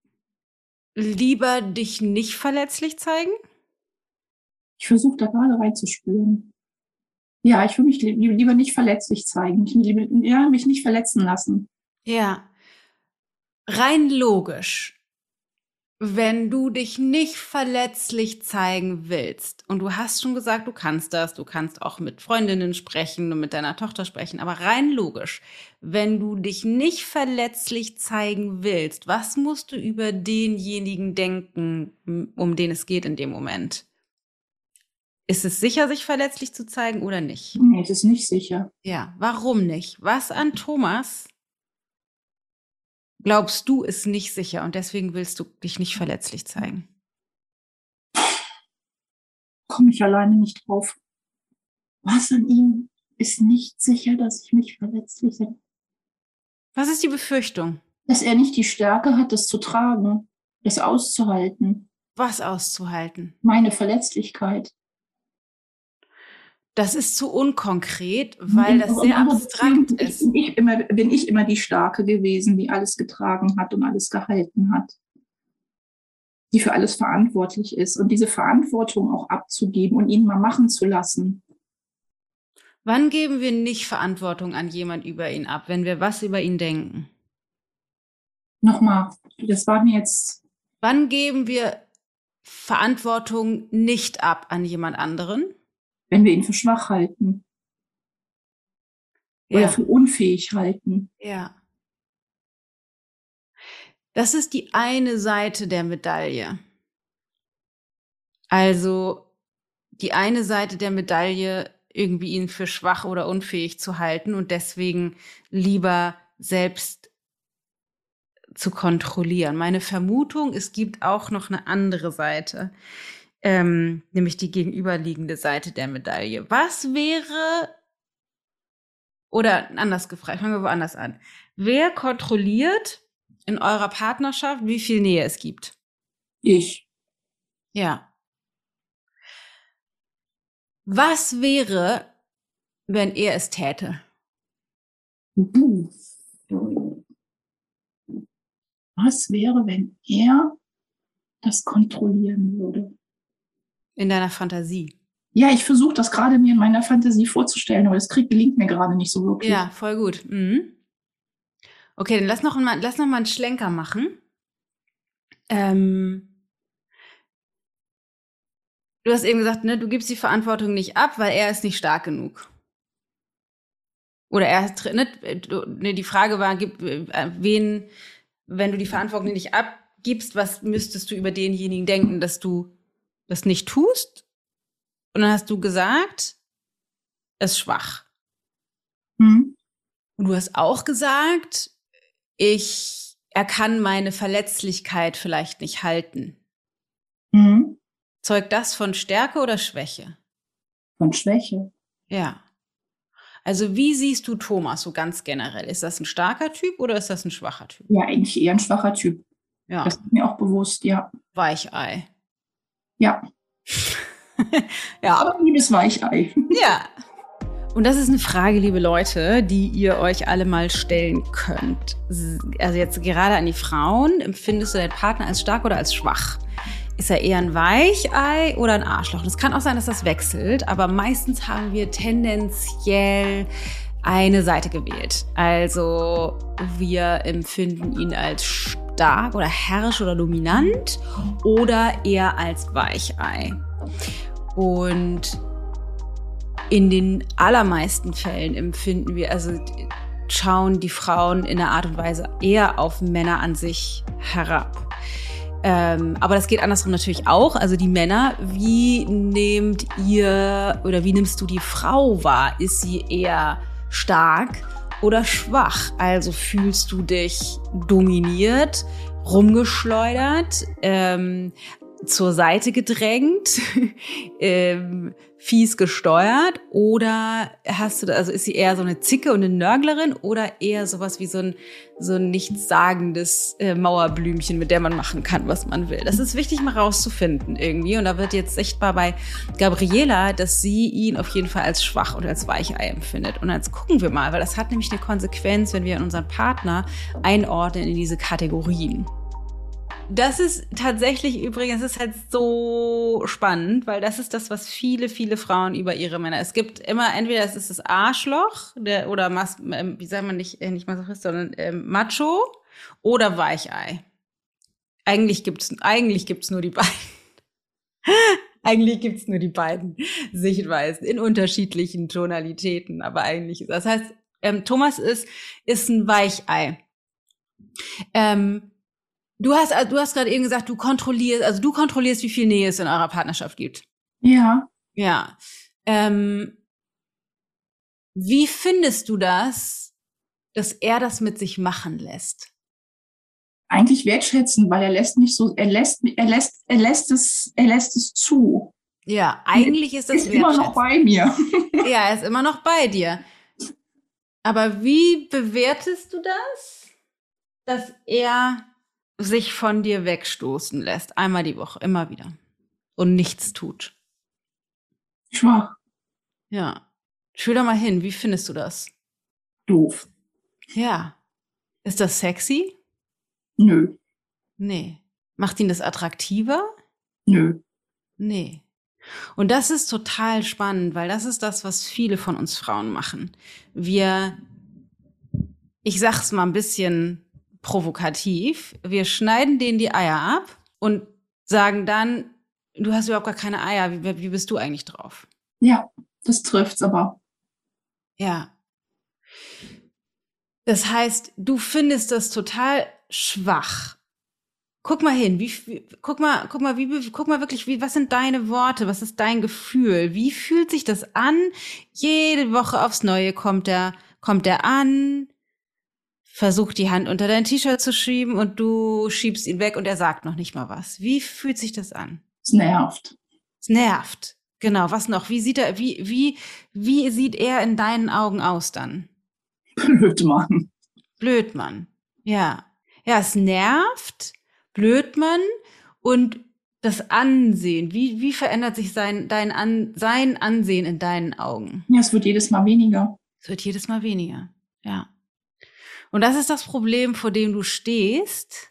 lieber dich nicht verletzlich zeigen? Ich versuche da gerade reinzuspüren. Ja, ich will mich li- lieber nicht verletzlich zeigen. Ich will ja, mich nicht verletzen lassen. Ja, rein logisch. Wenn du dich nicht verletzlich zeigen willst, und du hast schon gesagt, du kannst das, du kannst auch mit Freundinnen sprechen und mit deiner Tochter sprechen, aber rein logisch, wenn du dich nicht verletzlich zeigen willst, was musst du über denjenigen denken, um den es geht in dem Moment? Ist es sicher, sich verletzlich zu zeigen oder nicht? Nee, es ist nicht sicher. Ja, warum nicht? Was an Thomas glaubst du, ist nicht sicher und deswegen willst du dich nicht verletzlich zeigen? Komme ich alleine nicht drauf. Was an ihm ist nicht sicher, dass ich mich verletzlich sehe? Was ist die Befürchtung? Dass er nicht die Stärke hat, das zu tragen, das auszuhalten. Was auszuhalten? Meine Verletzlichkeit. Das ist zu unkonkret, weil das sehr abstrakt ist. Bin ich, immer, bin ich immer die Starke gewesen, die alles getragen hat und alles gehalten hat, die für alles verantwortlich ist und diese Verantwortung auch abzugeben und ihn mal machen zu lassen. Wann geben wir nicht Verantwortung an jemand über ihn ab, wenn wir was über ihn denken? Nochmal, das war mir jetzt... Wann geben wir Verantwortung nicht ab an jemand anderen? Wenn wir ihn für schwach halten. Oder Ja. für unfähig halten. Ja. Das ist die eine Seite der Medaille. Also die eine Seite der Medaille, irgendwie ihn für schwach oder unfähig zu halten und deswegen lieber selbst zu kontrollieren. Meine Vermutung, es gibt auch noch eine andere Seite, ähm, nämlich die gegenüberliegende Seite der Medaille. Was wäre, oder anders gefragt, fangen wir woanders an. Wer kontrolliert in eurer Partnerschaft, wie viel Nähe es gibt? Ich. Ja. Was wäre, wenn er es täte? Uh. Was wäre, wenn er das kontrollieren würde? In deiner Fantasie. Ja, ich versuche das gerade mir in meiner Fantasie vorzustellen, aber das krieg, gelingt mir gerade nicht so wirklich. Ja, voll gut. Mhm. Okay, dann lass noch mal, lass noch mal einen Schlenker machen. Ähm, du hast eben gesagt, ne, du gibst die Verantwortung nicht ab, weil er ist nicht stark genug. Oder er ist, ne, ne, die Frage war, gib, wen, wenn du die Verantwortung nicht abgibst, was müsstest du über denjenigen denken, dass du das nicht tust? Und dann hast du gesagt, er ist schwach. Hm. Und du hast auch gesagt, ich, er kann meine Verletzlichkeit vielleicht nicht halten. Hm. Zeugt das von Stärke oder Schwäche? Von Schwäche. Ja. Also wie siehst du Thomas so ganz generell? Ist das ein starker Typ oder ist das ein schwacher Typ? Ja, eigentlich eher ein schwacher Typ. Ja. Das ist mir auch bewusst, ja. Weichei. Ja. Ja. Aber liebes Weichei. Ja. Und das ist eine Frage, liebe Leute, die ihr euch alle mal stellen könnt. Also jetzt gerade an die Frauen. Empfindest du deinen Partner als stark oder als schwach? Ist er eher ein Weichei oder ein Arschloch? Es kann auch sein, dass das wechselt, aber meistens haben wir tendenziell eine Seite gewählt. Also wir empfinden ihn als stark oder herrisch oder dominant oder eher als Weichei. Und in den allermeisten Fällen empfinden wir, also schauen die Frauen in einer Art und Weise eher auf Männer an sich herab. Ähm, aber das geht andersrum natürlich auch. Also die Männer, wie nehmt ihr oder wie nimmst du die Frau wahr? Ist sie eher stark oder schwach? Also fühlst du dich dominiert, rumgeschleudert, ähm, zur Seite gedrängt, ähm, fies gesteuert, oder hast du, also ist sie eher so eine Zicke und eine Nörglerin oder eher sowas wie so ein so ein nichtssagendes äh, Mauerblümchen, mit der man machen kann, was man will. Das ist wichtig mal rauszufinden irgendwie, und da wird jetzt sichtbar bei Gabriela, dass sie ihn auf jeden Fall als schwach und als Weichei empfindet. Und jetzt gucken wir mal, weil das hat nämlich eine Konsequenz, wenn wir unseren Partner einordnen in diese Kategorien. Das ist tatsächlich übrigens, das ist halt so spannend, weil das ist das, was viele, viele Frauen über ihre Männer. Es gibt immer, entweder es ist das Arschloch, der, oder, Mas, äh, wie sagt man nicht, äh, nicht Masochist, sondern äh, Macho oder Weichei. Eigentlich gibt's, eigentlich gibt's nur die beiden. Eigentlich gibt's nur die beiden Sichtweisen in unterschiedlichen Tonalitäten, aber eigentlich ist das heißt, ähm, Thomas ist, ist ein Weichei. Ähm, Du hast, du hast gerade eben gesagt, du kontrollierst, also du kontrollierst, wie viel Nähe es in eurer Partnerschaft gibt. Ja. Ja. Ähm, wie findest du das, dass er das mit sich machen lässt? Eigentlich wertschätzen, weil er lässt mich so, er lässt, er lässt, er lässt es, er lässt es zu. Ja, eigentlich ist das wertschätzen. Er ist immer noch bei mir. Ja, er ist immer noch bei dir. Aber wie bewertest du das, dass er sich von dir wegstoßen lässt, einmal die Woche, immer wieder, und nichts tut? Schwach. Ja. Fühl doch mal hin, wie findest du das? Doof. Ja. Ist das sexy? Nö. Nee. Macht ihn das attraktiver? Nö. Nee. Und das ist total spannend, weil das ist das, was viele von uns Frauen machen. Wir, ich sag's mal ein bisschen provokativ, wir schneiden denen die Eier ab und sagen dann, du hast überhaupt gar keine Eier, wie, wie bist du eigentlich drauf? Ja, das trifft's aber. Ja. Das heißt, du findest das total schwach. Guck mal hin, wie, wie guck mal, guck mal, wie, guck mal wirklich, wie, was sind deine Worte, was ist dein Gefühl? Wie fühlt sich das an? Jede Woche aufs Neue kommt er, kommt er an, versucht die Hand unter dein T-Shirt zu schieben und du schiebst ihn weg und er sagt noch nicht mal was. Wie fühlt sich das an? Es nervt. Es nervt. Genau, was noch? Wie sieht er, wie, wie, wie sieht er in deinen Augen aus dann? Blödmann. Blödmann. Ja. Ja, es nervt. Blödmann und das Ansehen. Wie, wie verändert sich sein, dein An, sein Ansehen in deinen Augen? Ja, es wird jedes Mal weniger. Es wird jedes Mal weniger. Ja. Und das ist das Problem, vor dem du stehst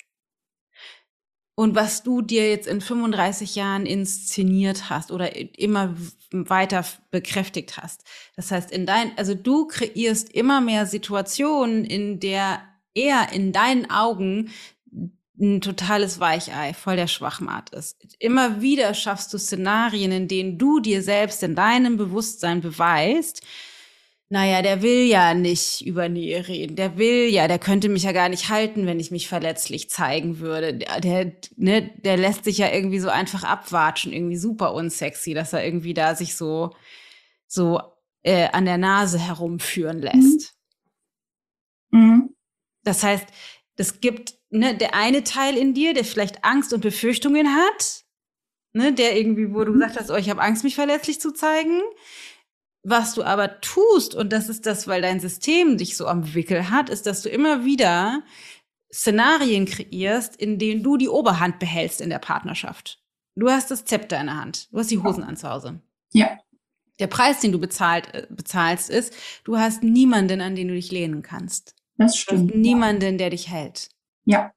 und was du dir jetzt in fünfunddreißig Jahren inszeniert hast oder immer weiter bekräftigt hast. Das heißt, in dein, also du kreierst immer mehr Situationen, in der er in deinen Augen ein totales Weichei, voll der Schwachmat ist. Immer wieder schaffst du Szenarien, in denen du dir selbst in deinem Bewusstsein beweist, naja, der will ja nicht über Nähe reden, der will ja, der könnte mich ja gar nicht halten, wenn ich mich verletzlich zeigen würde. Der, der, ne, der lässt sich ja irgendwie so einfach abwatschen, irgendwie super unsexy, dass er irgendwie da sich so, so äh, an der Nase herumführen lässt. Mhm. Das heißt, es gibt ne, der eine Teil in dir, der vielleicht Angst und Befürchtungen hat, ne, der irgendwie, wo du gesagt hast, oh, ich habe Angst, mich verletzlich zu zeigen. Was du aber tust, und das ist das, weil dein System dich so am Wickel hat, ist, dass du immer wieder Szenarien kreierst, in denen du die Oberhand behältst in der Partnerschaft. Du hast das Zepter in der Hand, du hast die Hosen an zu Hause. Ja. Der Preis, den du bezahlt, äh, bezahlst, ist, du hast niemanden, an den du dich lehnen kannst. Das Du stimmt. hast niemanden, der dich hält. Ja.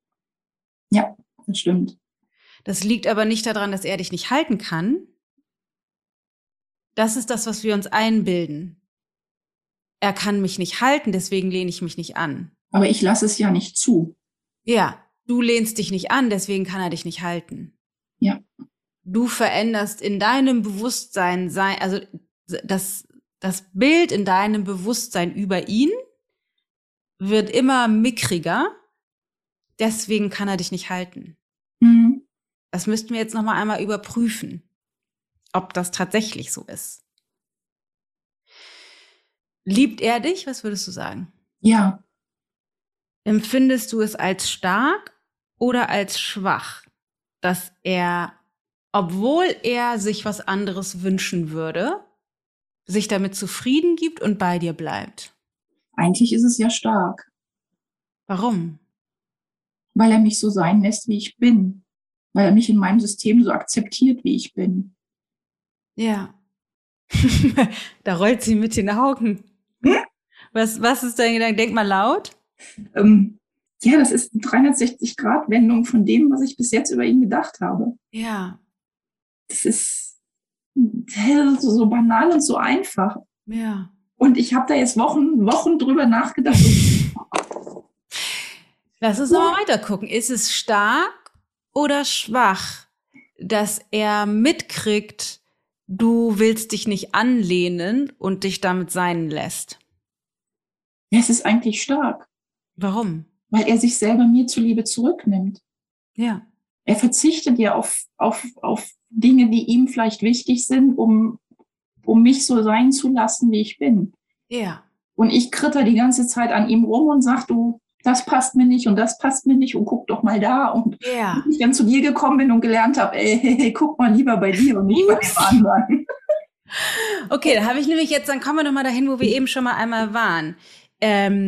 Ja, das stimmt. Das liegt aber nicht daran, dass er dich nicht halten kann. Das ist das, was wir uns einbilden. Er kann mich nicht halten, deswegen lehne ich mich nicht an. Aber ich lasse es ja nicht zu. Ja, du lehnst dich nicht an, deswegen kann er dich nicht halten. Ja. Du veränderst in deinem Bewusstsein, sein, also das, das Bild in deinem Bewusstsein über ihn wird immer mickriger, deswegen kann er dich nicht halten. Mhm. Das müssten wir jetzt noch mal einmal überprüfen, ob das tatsächlich so ist. Liebt er dich? Was würdest du sagen? Ja. Empfindest du es als stark oder als schwach, dass er, obwohl er sich was anderes wünschen würde, sich damit zufrieden gibt und bei dir bleibt? Eigentlich ist es ja stark, Warum? weil er mich so sein lässt, wie ich bin. Weil er mich in meinem System so akzeptiert, wie ich bin. Ja. Da rollt sie mit den Augen. Hm? Was, was ist dein Gedanke? Denk mal laut. Ähm, ja, das ist eine dreihundertsechzig-Grad-Wendung von dem, was ich bis jetzt über ihn gedacht habe. Ja. Das ist so, so banal und so einfach. Ja. Und ich habe da jetzt Wochen, Wochen drüber nachgedacht. Lass uns noch mal weiter gucken. Ist es stark oder schwach, dass er mitkriegt, du willst dich nicht anlehnen und dich damit sein lässt? Ja, es ist eigentlich stark, Warum? weil er sich selber mir zuliebe zurücknimmt. Ja. Er verzichtet ja auf, auf, auf Dinge, die ihm vielleicht wichtig sind, um, um mich so sein zu lassen, wie ich bin. Ja. Und ich kritter die ganze Zeit an ihm rum und sag, du, das passt mir nicht und das passt mir nicht und guck doch mal da. Und Ja. bis ich dann zu dir gekommen bin und gelernt habe, ey, hey, hey, guck mal lieber bei dir und nicht bei dem anderen. Okay, da habe ich nämlich jetzt, dann kommen wir noch mal dahin, wo wir eben schon mal einmal waren. Ähm,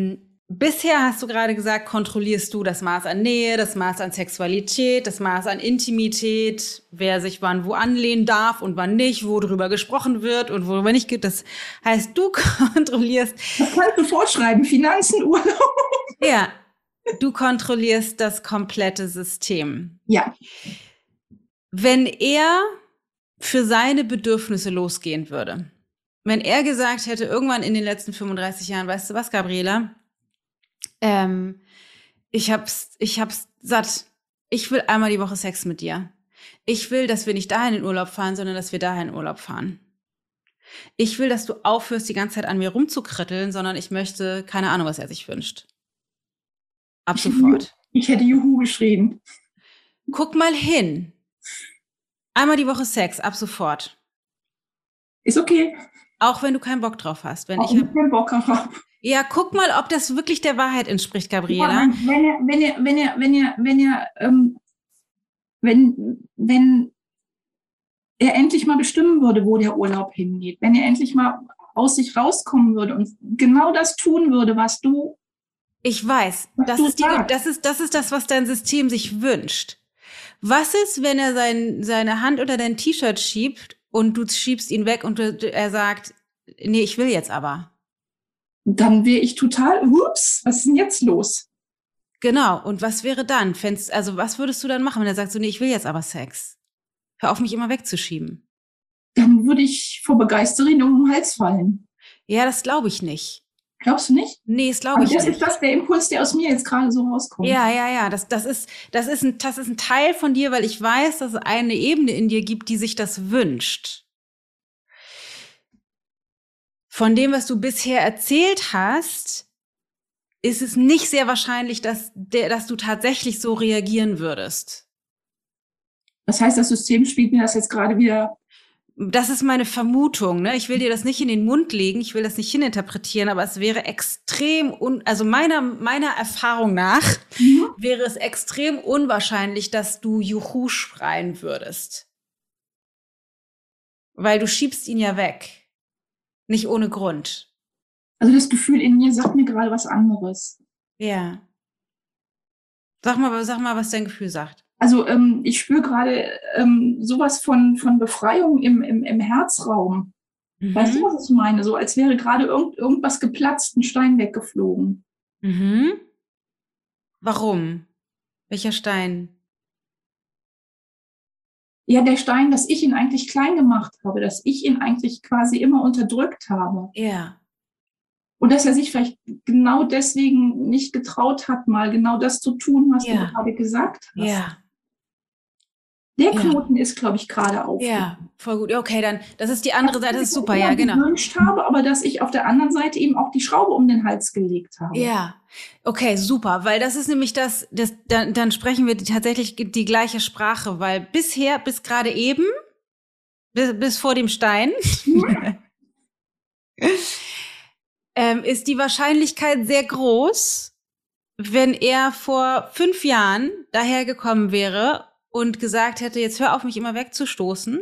bisher hast du gerade gesagt, kontrollierst du das Maß an Nähe, das Maß an Sexualität, das Maß an Intimität, wer sich wann wo anlehnen darf und wann nicht, wo drüber gesprochen wird und worüber nicht geht. Das heißt, du kontrollierst. Das kannst du vorschreiben, Finanzen, Urlaub. Ja, du kontrollierst das komplette System. Ja. Wenn er für seine Bedürfnisse losgehen würde, wenn er gesagt hätte, irgendwann in den letzten fünfunddreißig Jahren, weißt du was, Gabriela, ähm, ich hab's, ich hab's satt. Ich will einmal die Woche Sex mit dir. Ich will, dass wir nicht dahin in Urlaub fahren, sondern dass wir dahin in Urlaub fahren. Ich will, dass du aufhörst, die ganze Zeit an mir rumzukritteln, sondern ich möchte, keine Ahnung, was er sich wünscht. Ab sofort. Ich hätte Juhu geschrien. Guck mal hin. Einmal die Woche Sex, ab sofort. Ist okay. Auch wenn du keinen Bock drauf hast. Wenn Auch ich wenn ich keinen Bock drauf habe. Ja, guck mal, ob das wirklich der Wahrheit entspricht, Gabriela. Ja, wenn ihr, wenn ihr, wenn ihr, wenn ihr, wenn ihr, ähm, wenn, wenn er endlich mal bestimmen würde, wo der Urlaub hingeht, wenn er endlich mal aus sich rauskommen würde und genau das tun würde, was du. Ich weiß, was das du ist, die, das ist, das ist das, was dein System sich wünscht. Was ist, wenn er sein, seine Hand unter dein T-Shirt schiebt und du schiebst ihn weg und du, er sagt, nee, ich will jetzt aber. Dann wäre ich total, ups, was ist denn jetzt los? Genau, und was wäre dann? Fändest, also was würdest du dann machen, wenn er sagt so, nee, ich will jetzt aber Sex? Hör auf, mich immer wegzuschieben. Dann würde ich vor Begeisterung um den Hals fallen. Ja, das glaube ich nicht. Glaubst du nicht? Nee, das glaube ich das nicht. Das ist das der Impuls, der aus mir jetzt gerade so rauskommt. Ja, ja, ja, das, das, ist, das, ist ein, das ist ein Teil von dir, weil ich weiß, dass es eine Ebene in dir gibt, die sich das wünscht. Von dem, was du bisher erzählt hast, ist es nicht sehr wahrscheinlich, dass, der, dass du tatsächlich so reagieren würdest. Das heißt, das System spielt mir das jetzt gerade wieder. Das ist meine Vermutung, ne? Ich will dir das nicht in den Mund legen, ich will das nicht hininterpretieren, aber es wäre extrem, un, also meiner, meiner Erfahrung nach, mhm. wäre es extrem unwahrscheinlich, dass du Juhu schreien würdest. Weil du schiebst ihn ja weg. Nicht ohne Grund. Also das Gefühl in mir sagt mir gerade was anderes. Ja. Sag mal, sag mal, was dein Gefühl sagt. Also ähm, ich spüre gerade ähm, sowas von, von Befreiung im, im, im Herzraum. Mhm. Weißt du, was ich meine? So als wäre gerade irgend, irgendwas geplatzt, ein Stein weggeflogen. Mhm. Warum? Welcher Stein? Ja, der Stein, dass ich ihn eigentlich klein gemacht habe, dass ich ihn eigentlich quasi immer unterdrückt habe. Ja. Und dass er sich vielleicht genau deswegen nicht getraut hat, mal genau das zu tun, was ja. du gerade gesagt hast. Ja. Der Knoten ja. ist, glaube ich, gerade auf. Ja, voll gut. Okay, dann, das ist die andere Seite, das ist super, ja, genau. gewünscht habe, aber dass ich auf der anderen Seite eben auch die Schraube um den Hals gelegt habe. Ja, okay, super, weil das ist nämlich das, das dann, dann sprechen wir tatsächlich die gleiche Sprache, weil bisher, bis gerade eben, bis, bis vor dem Stein, ja. ähm, ist die Wahrscheinlichkeit sehr groß, wenn er vor fünf Jahren dahergekommen wäre und gesagt hätte, jetzt hör auf, mich immer wegzustoßen.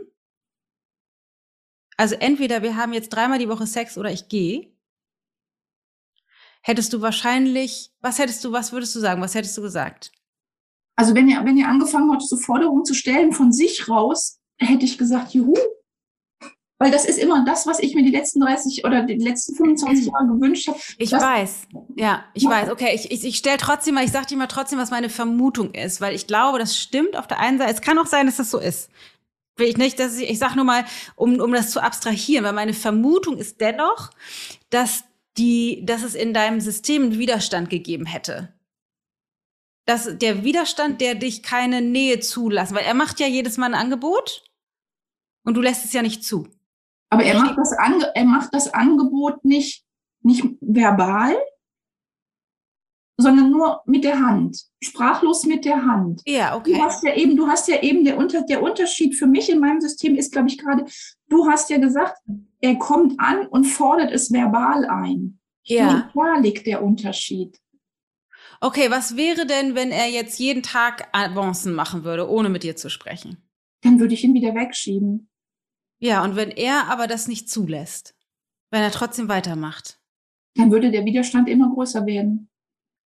Also entweder wir haben jetzt dreimal die Woche Sex oder ich gehe. Hättest du wahrscheinlich, was hättest du, was würdest du sagen, was hättest du gesagt? Also wenn ihr, wenn ihr angefangen habt, so Forderungen zu stellen von sich raus, hätte ich gesagt, juhu. Weil das ist immer das, was ich mir die letzten dreißig oder die letzten fünfundzwanzig Jahre gewünscht habe. Ich weiß, ja, ich ja. weiß. Okay, ich, ich, ich stelle trotzdem mal, ich sage dir mal trotzdem, was meine Vermutung ist, weil ich glaube, das stimmt auf der einen Seite. Es kann auch sein, dass das so ist. Will ich nicht, dass ich, ich sage nur mal, um, um das zu abstrahieren, weil meine Vermutung ist dennoch, dass die, dass es in deinem System einen Widerstand gegeben hätte. Dass der Widerstand, der dich keine Nähe zulassen, weil er macht ja jedes Mal ein Angebot und du lässt es ja nicht zu. Aber er macht das, Ange- er macht das Angebot nicht, nicht verbal, sondern nur mit der Hand, sprachlos mit der Hand. Ja, okay. Du hast ja eben, du hast ja eben der, Unter, der Unterschied für mich in meinem System ist, glaube ich, gerade, du hast ja gesagt, er kommt an und fordert es verbal ein. Ja. Und da liegt der Unterschied. Okay, was wäre denn, wenn er jetzt jeden Tag Avancen machen würde, ohne mit dir zu sprechen? Dann würde ich ihn wieder wegschieben. Ja, und wenn er aber das nicht zulässt, wenn er trotzdem weitermacht? Dann würde der Widerstand immer größer werden.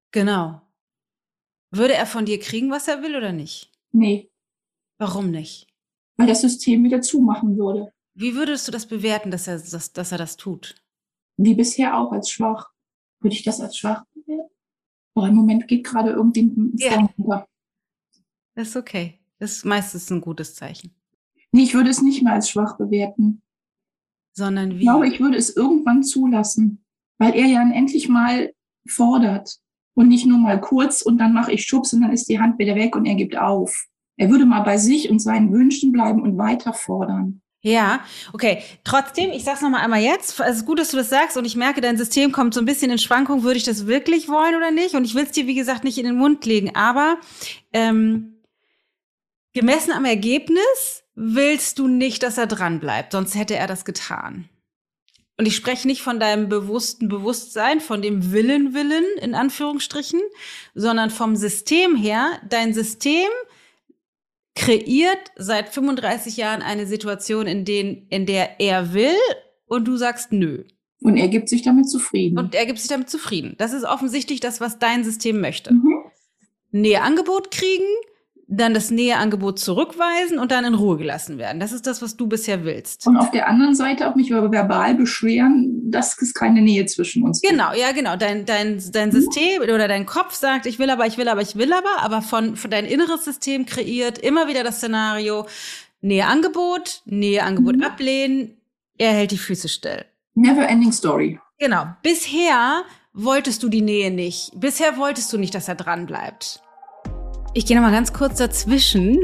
Genau. Würde er von dir kriegen, was er will oder nicht? Nee, Warum nicht? weil das System wieder zumachen würde. Wie würdest du das bewerten, dass er das, dass er das tut? Wie bisher auch als schwach. Würde ich das als schwach bewerten? Aber im Moment geht gerade irgendwie ein Ja. Stern runter. Das ist okay. Das ist meistens ein gutes Zeichen. Nee, ich würde es nicht mehr als schwach bewerten. Sondern Ich wie? glaube, ich würde es irgendwann zulassen, weil er ja endlich mal fordert und nicht nur mal kurz und dann mache ich Schubs und dann ist die Hand wieder weg und er gibt auf. Er würde mal bei sich und seinen Wünschen bleiben und weiter fordern. Ja, okay. Trotzdem, ich sag's noch mal einmal jetzt. Es ist gut, dass du das sagst und ich merke, dein System kommt so ein bisschen in Schwankung. Würde ich das wirklich wollen oder nicht? Und ich will es dir, wie gesagt, nicht in den Mund legen. Aber ähm, gemessen am Ergebnis willst du nicht, dass er dran bleibt. Sonst hätte er das getan. Und ich spreche nicht von deinem bewussten Bewusstsein, von dem Willen, Willen, in Anführungsstrichen, sondern vom System her. Dein System kreiert seit fünfunddreißig Jahren eine Situation, in, den, in der er will und du sagst nö. Und er gibt sich damit zufrieden. Und er gibt sich damit zufrieden. Das ist offensichtlich das, was dein System möchte. Mhm. Näheangebot kriegen, dann das Näheangebot zurückweisen und dann in Ruhe gelassen werden. Das ist das, was du bisher willst. Und auf der anderen Seite auch mich verbal beschweren, dass es keine Nähe zwischen uns gibt. Genau, ja, genau. Dein, dein, dein System oder dein Kopf sagt, ich will aber, ich will aber, ich will aber, aber von, von dein inneres System kreiert immer wieder das Szenario, Näheangebot, Näheangebot Mhm. ablehnen, er hält die Füße still. Never ending story. Genau. Bisher wolltest du die Nähe nicht. Bisher wolltest du nicht, dass er dran bleibt. Ich gehe noch mal ganz kurz dazwischen,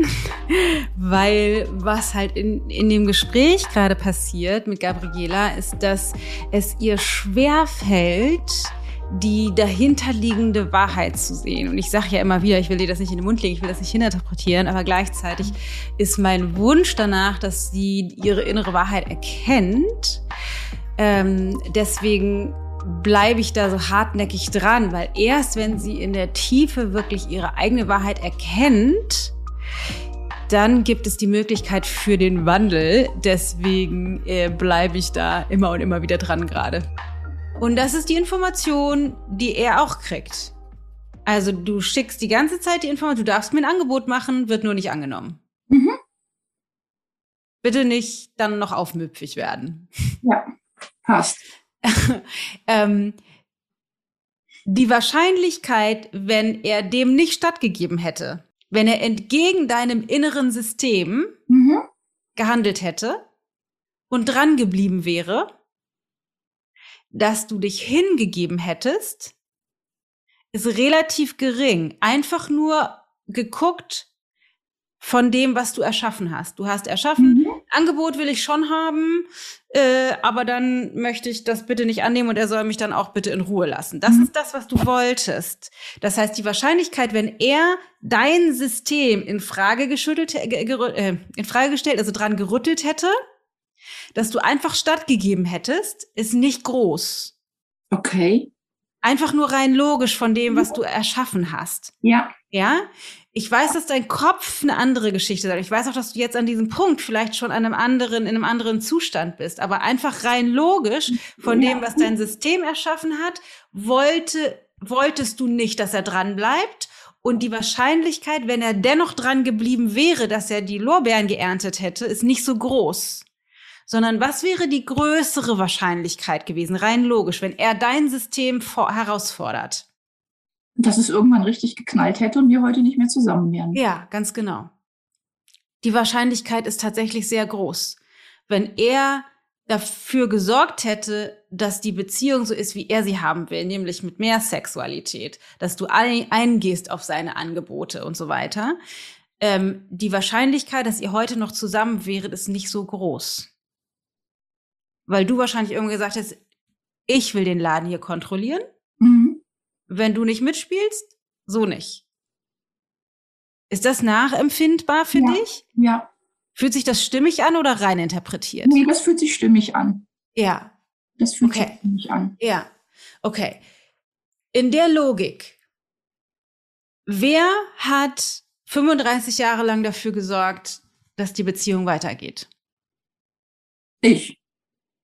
weil was halt in, in dem Gespräch gerade passiert mit Gabriela ist, dass es ihr schwerfällt, die dahinterliegende Wahrheit zu sehen. Und ich sage ja immer wieder, ich will dir das nicht in den Mund legen, ich will das nicht hinterpretieren, aber gleichzeitig ist mein Wunsch danach, dass sie ihre innere Wahrheit erkennt. Ähm, deswegen bleibe ich da so hartnäckig dran, weil erst wenn sie in der Tiefe wirklich ihre eigene Wahrheit erkennt, dann gibt es die Möglichkeit für den Wandel. Deswegen äh, bleibe ich da immer und immer wieder dran gerade. Und das ist die Information, die er auch kriegt. Also du schickst die ganze Zeit die Information, du darfst mir ein Angebot machen, wird nur nicht angenommen. Mhm. Bitte nicht dann noch aufmüpfig werden. Ja, passt. ähm, die Wahrscheinlichkeit, wenn er dem nicht stattgegeben hätte, wenn er entgegen deinem inneren System Mhm. gehandelt hätte und dran geblieben wäre, dass du dich hingegeben hättest, ist relativ gering. Einfach nur geguckt von dem, was du erschaffen hast. Du hast erschaffen, Mhm. Angebot will ich schon haben, äh, aber dann möchte ich das bitte nicht annehmen und er soll mich dann auch bitte in Ruhe lassen. Das Mhm. ist das, was du wolltest. Das heißt, die Wahrscheinlichkeit, wenn er dein System in Frage geschüttelt, äh, gerü- äh, in Frage gestellt, also dran gerüttelt hätte, dass du einfach stattgegeben hättest, ist nicht groß. Okay. Einfach nur rein logisch von dem, was du erschaffen hast. Ja. Ja? Ich weiß, dass dein Kopf eine andere Geschichte sagt. Ich weiß auch, dass du jetzt an diesem Punkt vielleicht schon an einem anderen, in einem anderen Zustand bist. Aber einfach rein logisch von Ja. dem, was dein System erschaffen hat, wollte, wolltest du nicht, dass er dran bleibt. Und die Wahrscheinlichkeit, wenn er dennoch dran geblieben wäre, dass er die Lorbeeren geerntet hätte, ist nicht so groß. Sondern was wäre die größere Wahrscheinlichkeit gewesen, rein logisch, wenn er dein System vor- herausfordert? Dass es irgendwann richtig geknallt hätte und wir heute nicht mehr zusammen wären. Ja, ganz genau. Die Wahrscheinlichkeit ist tatsächlich sehr groß. Wenn er dafür gesorgt hätte, dass die Beziehung so ist, wie er sie haben will, nämlich mit mehr Sexualität, dass du ein- eingehst auf seine Angebote und so weiter, ähm, die Wahrscheinlichkeit, dass ihr heute noch zusammen wäret, ist nicht so groß. Weil du wahrscheinlich irgendwann gesagt hast, ich will den Laden hier kontrollieren. Mhm. Wenn du nicht mitspielst, so nicht. Ist das nachempfindbar für Ja. dich? Ja. Fühlt sich das stimmig an oder rein interpretiert? Nee, das fühlt sich stimmig an. Ja, Das fühlt Okay. sich stimmig an. ja, okay. In der Logik, wer hat fünfunddreißig Jahre lang dafür gesorgt, dass die Beziehung weitergeht? Ich.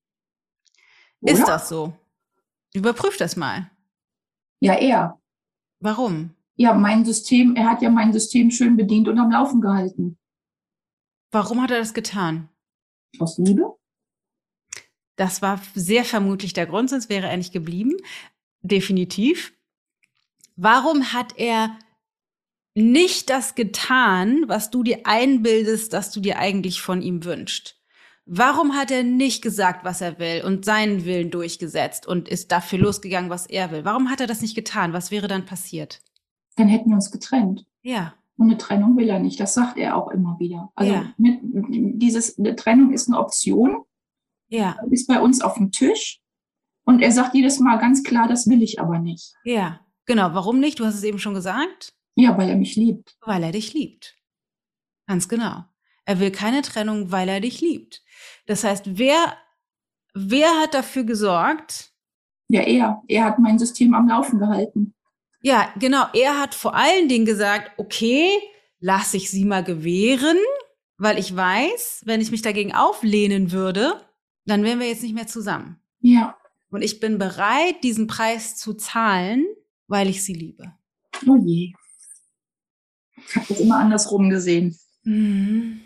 Ist Oder? das so? Überprüf das mal. Ja, er. Warum? Ja, mein System, er hat ja mein System schön bedient und am Laufen gehalten. Warum hat er das getan? Aus Liebe? Das war sehr vermutlich der Grund, sonst wäre er nicht geblieben. Definitiv. Warum hat er nicht das getan, was du dir einbildest, dass du dir eigentlich von ihm wünschst? Warum hat er nicht gesagt, was er will und seinen Willen durchgesetzt und ist dafür losgegangen, was er will? Warum hat er das nicht getan? Was wäre dann passiert? Dann hätten wir uns getrennt. Ja. Und eine Trennung will er nicht. Das sagt er auch immer wieder. Also Ja. mit, dieses, eine Trennung ist eine Option, Ja. ist bei uns auf dem Tisch. Und er sagt jedes Mal ganz klar, das will ich aber nicht. Ja. Genau. Warum nicht? Du hast es eben schon gesagt. Ja, weil er mich liebt. Weil er dich liebt. Ganz genau. Er will keine Trennung, weil er dich liebt. Das heißt, wer, wer hat dafür gesorgt? Ja, er. Er hat mein System am Laufen gehalten. Ja, genau. Er hat vor allen Dingen gesagt, okay, lass ich sie mal gewähren, weil ich weiß, wenn ich mich dagegen auflehnen würde, dann wären wir jetzt nicht mehr zusammen. Ja. Und ich bin bereit, diesen Preis zu zahlen, weil ich sie liebe. Oh je. Ich habe das immer andersrum gesehen. Mhm.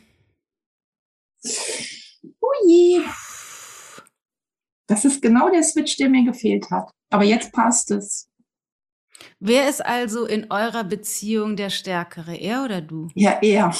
Oh je. Das ist genau der Switch, der mir gefehlt hat. Aber jetzt passt es. Wer ist also in eurer Beziehung der Stärkere, er oder du? Ja, er.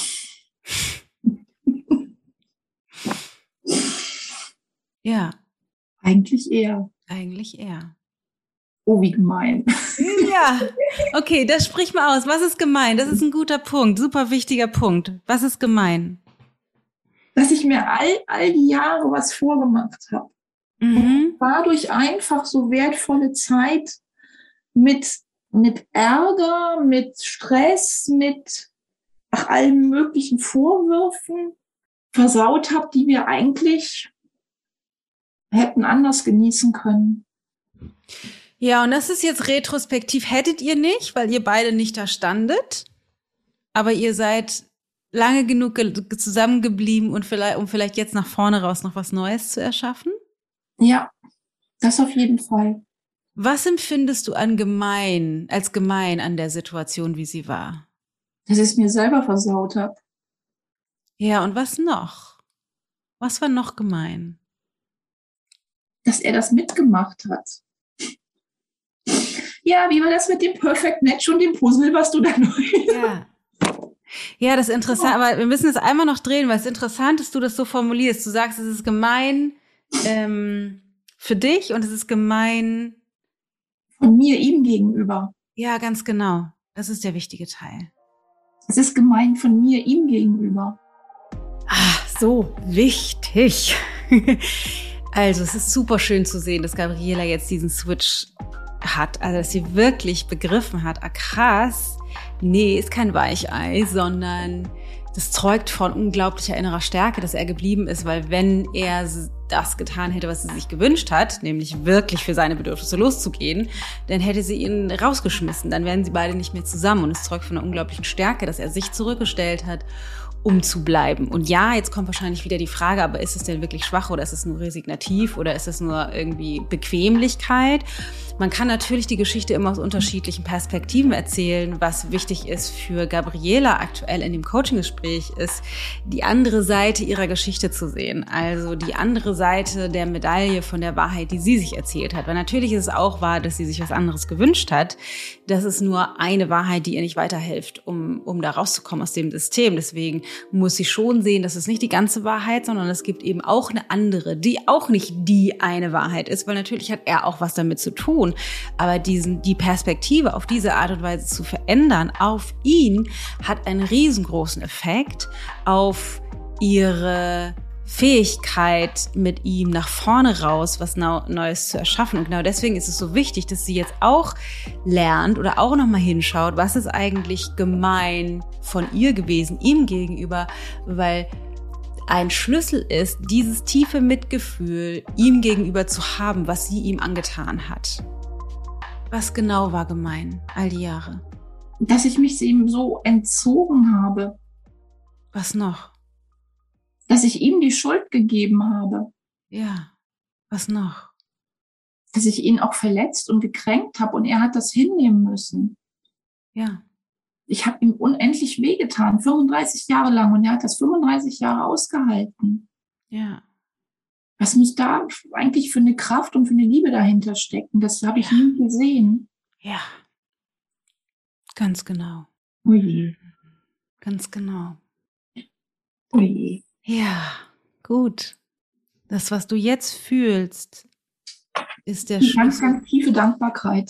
Ja. Eigentlich er. Eigentlich er. Oh, wie gemein. Ja, okay, das sprich mal aus. Was ist gemein? Das ist ein guter Punkt, super wichtiger Punkt. Was ist gemein? Dass ich mir all, all die Jahre was vorgemacht habe. Mhm. Und dadurch einfach so wertvolle Zeit mit, mit Ärger, mit Stress, mit ach, allen möglichen Vorwürfen versaut habe, die wir eigentlich hätten anders genießen können. Ja, und das ist jetzt retrospektiv, hättet ihr nicht, weil ihr beide nicht da standet, aber ihr seid lange genug ge- zusammengeblieben und vielleicht, um vielleicht jetzt nach vorne raus noch was Neues zu erschaffen? Ja, das auf jeden Fall. Was empfindest du an gemein, als gemein an der Situation, wie sie war? Dass ich es mir selber versaut habe. Ja, und was noch? Was war noch gemein? Dass er das mitgemacht hat. Ja, wie war das mit dem Perfect Match und dem Puzzle, was du da noch... Ja. Ja, das ist interessant, aber wir müssen es einmal noch drehen, weil es interessant ist, du das so formulierst. Du sagst, es ist gemein ähm, für dich und es ist gemein... Von mir ihm gegenüber. Ja, ganz genau. Das ist der wichtige Teil. Es ist gemein von mir ihm gegenüber. Ah, so wichtig. Also, es ist super schön zu sehen, dass Gabriela jetzt diesen Switch hat, also dass sie wirklich begriffen hat, ah krass, nee, ist kein Weichei, sondern das zeugt von unglaublicher innerer Stärke, dass er geblieben ist, weil wenn er das getan hätte, was sie sich gewünscht hat, nämlich wirklich für seine Bedürfnisse loszugehen, dann hätte sie ihn rausgeschmissen, dann wären sie beide nicht mehr zusammen und es zeugt von einer unglaublichen Stärke, dass er sich zurückgestellt hat, um zu bleiben. Und ja, jetzt kommt wahrscheinlich wieder die Frage, aber ist es denn wirklich schwach oder ist es nur resignativ oder ist es nur irgendwie Bequemlichkeit? Man kann natürlich die Geschichte immer aus unterschiedlichen Perspektiven erzählen. Was wichtig ist für Gabriela aktuell in dem Coaching-Gespräch ist, die andere Seite ihrer Geschichte zu sehen. Also die andere Seite der Medaille von der Wahrheit, die sie sich erzählt hat. Weil natürlich ist es auch wahr, dass sie sich was anderes gewünscht hat. Das ist nur eine Wahrheit, die ihr nicht weiterhilft, um, um da rauszukommen aus dem System. Deswegen muss sie schon sehen, dass es nicht die ganze Wahrheit, sondern es gibt eben auch eine andere, die auch nicht die eine Wahrheit ist, weil natürlich hat er auch was damit zu tun. Aber diesen, die Perspektive auf diese Art und Weise zu verändern auf ihn hat einen riesengroßen Effekt auf ihre Fähigkeit, mit ihm nach vorne raus was Neues zu erschaffen. Und genau deswegen ist es so wichtig, dass sie jetzt auch lernt oder auch nochmal hinschaut, was ist eigentlich gemein von ihr gewesen, ihm gegenüber, weil ein Schlüssel ist, dieses tiefe Mitgefühl ihm gegenüber zu haben, was sie ihm angetan hat. Was genau war gemein all die Jahre? Dass ich mich ihm so entzogen habe. Was noch? Dass ich ihm die Schuld gegeben habe. Ja, was noch? Dass ich ihn auch verletzt und gekränkt habe und er hat das hinnehmen müssen. Ja. Ich habe ihm unendlich wehgetan, fünfunddreißig Jahre lang. Und er hat das fünfunddreißig Jahre ausgehalten. Ja. Was muss da eigentlich für eine Kraft und für eine Liebe dahinter stecken? Das habe ich Ja. nie gesehen. Ja. Ganz genau. Ui. Ganz genau. Ui. Ja, gut. Das, was du jetzt fühlst, ist der Eine ganz, Schlüssel. ganz tiefe Dankbarkeit,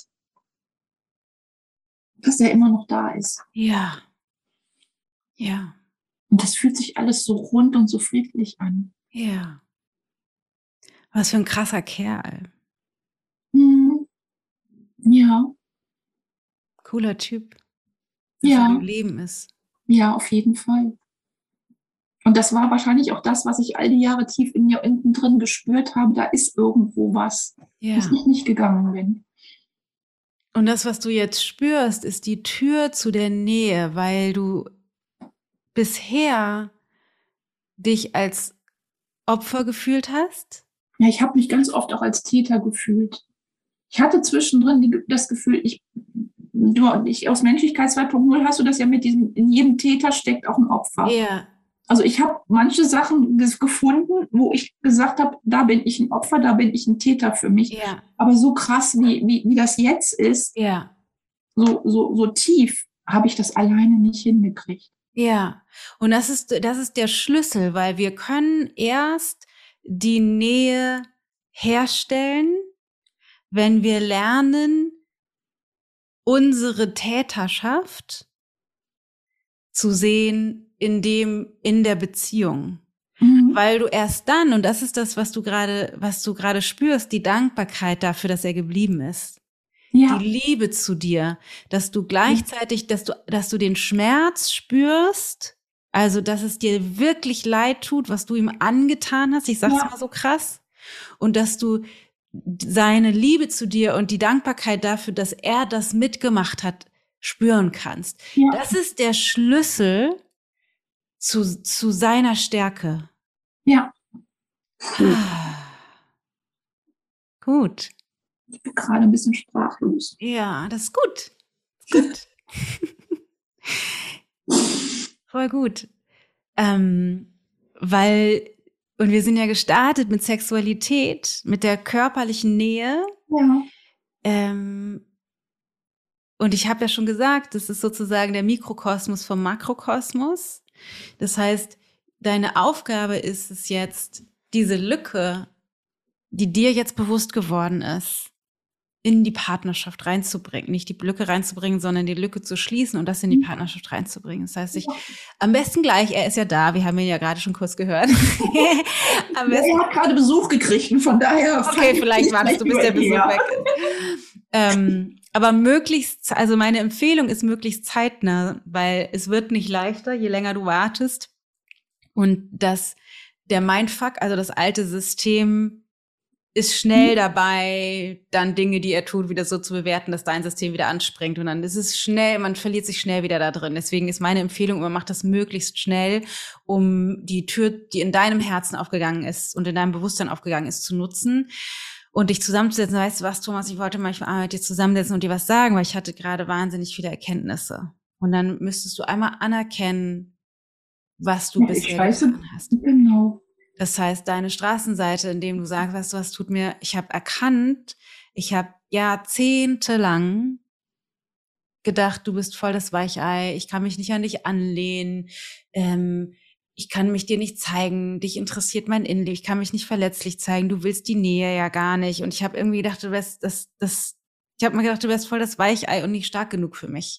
dass er immer noch da ist. Ja. Ja. Und das fühlt sich alles so rund und so friedlich an. Ja. Was für ein krasser Kerl. Hm. Ja. Cooler Typ. Dass Ja. er im Leben ist. Ja, auf jeden Fall. Und das war wahrscheinlich auch das, was ich all die Jahre tief in mir unten drin gespürt habe. Da ist irgendwo was, Ja. bis ich nicht gegangen bin. Und das, was du jetzt spürst, ist die Tür zu der Nähe, weil du bisher dich als Opfer gefühlt hast. Ja, ich habe mich ganz oft auch als Täter gefühlt. Ich hatte zwischendrin die, das Gefühl, ich, du, ich aus Menschlichkeit zwei Punkt null hast du das ja mit diesem, in jedem Täter steckt auch ein Opfer. Ja. Also ich habe manche Sachen gefunden, wo ich gesagt habe, da bin ich ein Opfer, da bin ich ein Täter für mich. Ja. Aber so krass, wie, wie, wie das jetzt ist, Ja. so, so, so tief, habe ich das alleine nicht hingekriegt. Ja. Und das ist, das ist der Schlüssel, weil wir können erst die Nähe herstellen, wenn wir lernen, unsere Täterschaft zu sehen in dem, in der Beziehung. Mhm. Weil du erst dann, und das ist das, was du gerade, was du gerade spürst, die Dankbarkeit dafür, dass er geblieben ist. Ja. Die Liebe zu dir, dass du gleichzeitig, dass du, dass du den Schmerz spürst, also, dass es dir wirklich leid tut, was du ihm angetan hast. Ich sag's Ja. mal so krass. Und dass du seine Liebe zu dir und die Dankbarkeit dafür, dass er das mitgemacht hat, spüren kannst. Ja. Das ist der Schlüssel zu, zu seiner Stärke. Ja. Gut. Ich bin gerade ein bisschen sprachlos. Ja, das ist gut. Gut. Voll gut. Ähm, weil, und wir sind ja gestartet mit Sexualität, mit der körperlichen Nähe. Ja. Ähm, und ich habe ja schon gesagt, das ist sozusagen der Mikrokosmos vom Makrokosmos. Das heißt, deine Aufgabe ist es jetzt, diese Lücke, die dir jetzt bewusst geworden ist, in die Partnerschaft reinzubringen. Nicht die Lücke reinzubringen, sondern die Lücke zu schließen und das in die Partnerschaft reinzubringen. Das heißt, ich, am besten gleich, er ist ja da, wir haben ihn ja gerade schon kurz gehört. Am besten, Er hat gerade Besuch gekriegt und von daher... okay, vielleicht wartest du, bis der Besuch ja. weg ist. Ähm, aber möglichst, also meine Empfehlung ist möglichst zeitnah, weil es wird nicht leichter, je länger du wartest. Und das, der Mindfuck, also das alte System, ist schnell dabei, dann Dinge, die er tut, wieder so zu bewerten, dass dein System wieder anspringt. Und dann ist es schnell, man verliert sich schnell wieder da drin. Deswegen ist meine Empfehlung, man macht das möglichst schnell, um die Tür, die in deinem Herzen aufgegangen ist und in deinem Bewusstsein aufgegangen ist, zu nutzen und dich zusammenzusetzen. Weißt du was, Thomas, ich wollte manchmal mit dir zusammensetzen und dir was sagen, weil ich hatte gerade wahnsinnig viele Erkenntnisse. Und dann müsstest du einmal anerkennen, was du Ja, bisher ich weiß, getan hast. genau. Das heißt, deine Straßenseite, in dem du sagst, weißt du, was tut mir, ich habe erkannt, ich habe jahrzehntelang gedacht, du bist voll das Weichei, ich kann mich nicht an dich anlehnen, ähm, ich kann mich dir nicht zeigen, dich interessiert mein Innenleben, ich kann mich nicht verletzlich zeigen, du willst die Nähe ja gar nicht. Und ich habe irgendwie gedacht, du wärst das, das, ich habe mir gedacht, du wärst voll das Weichei und nicht stark genug für mich.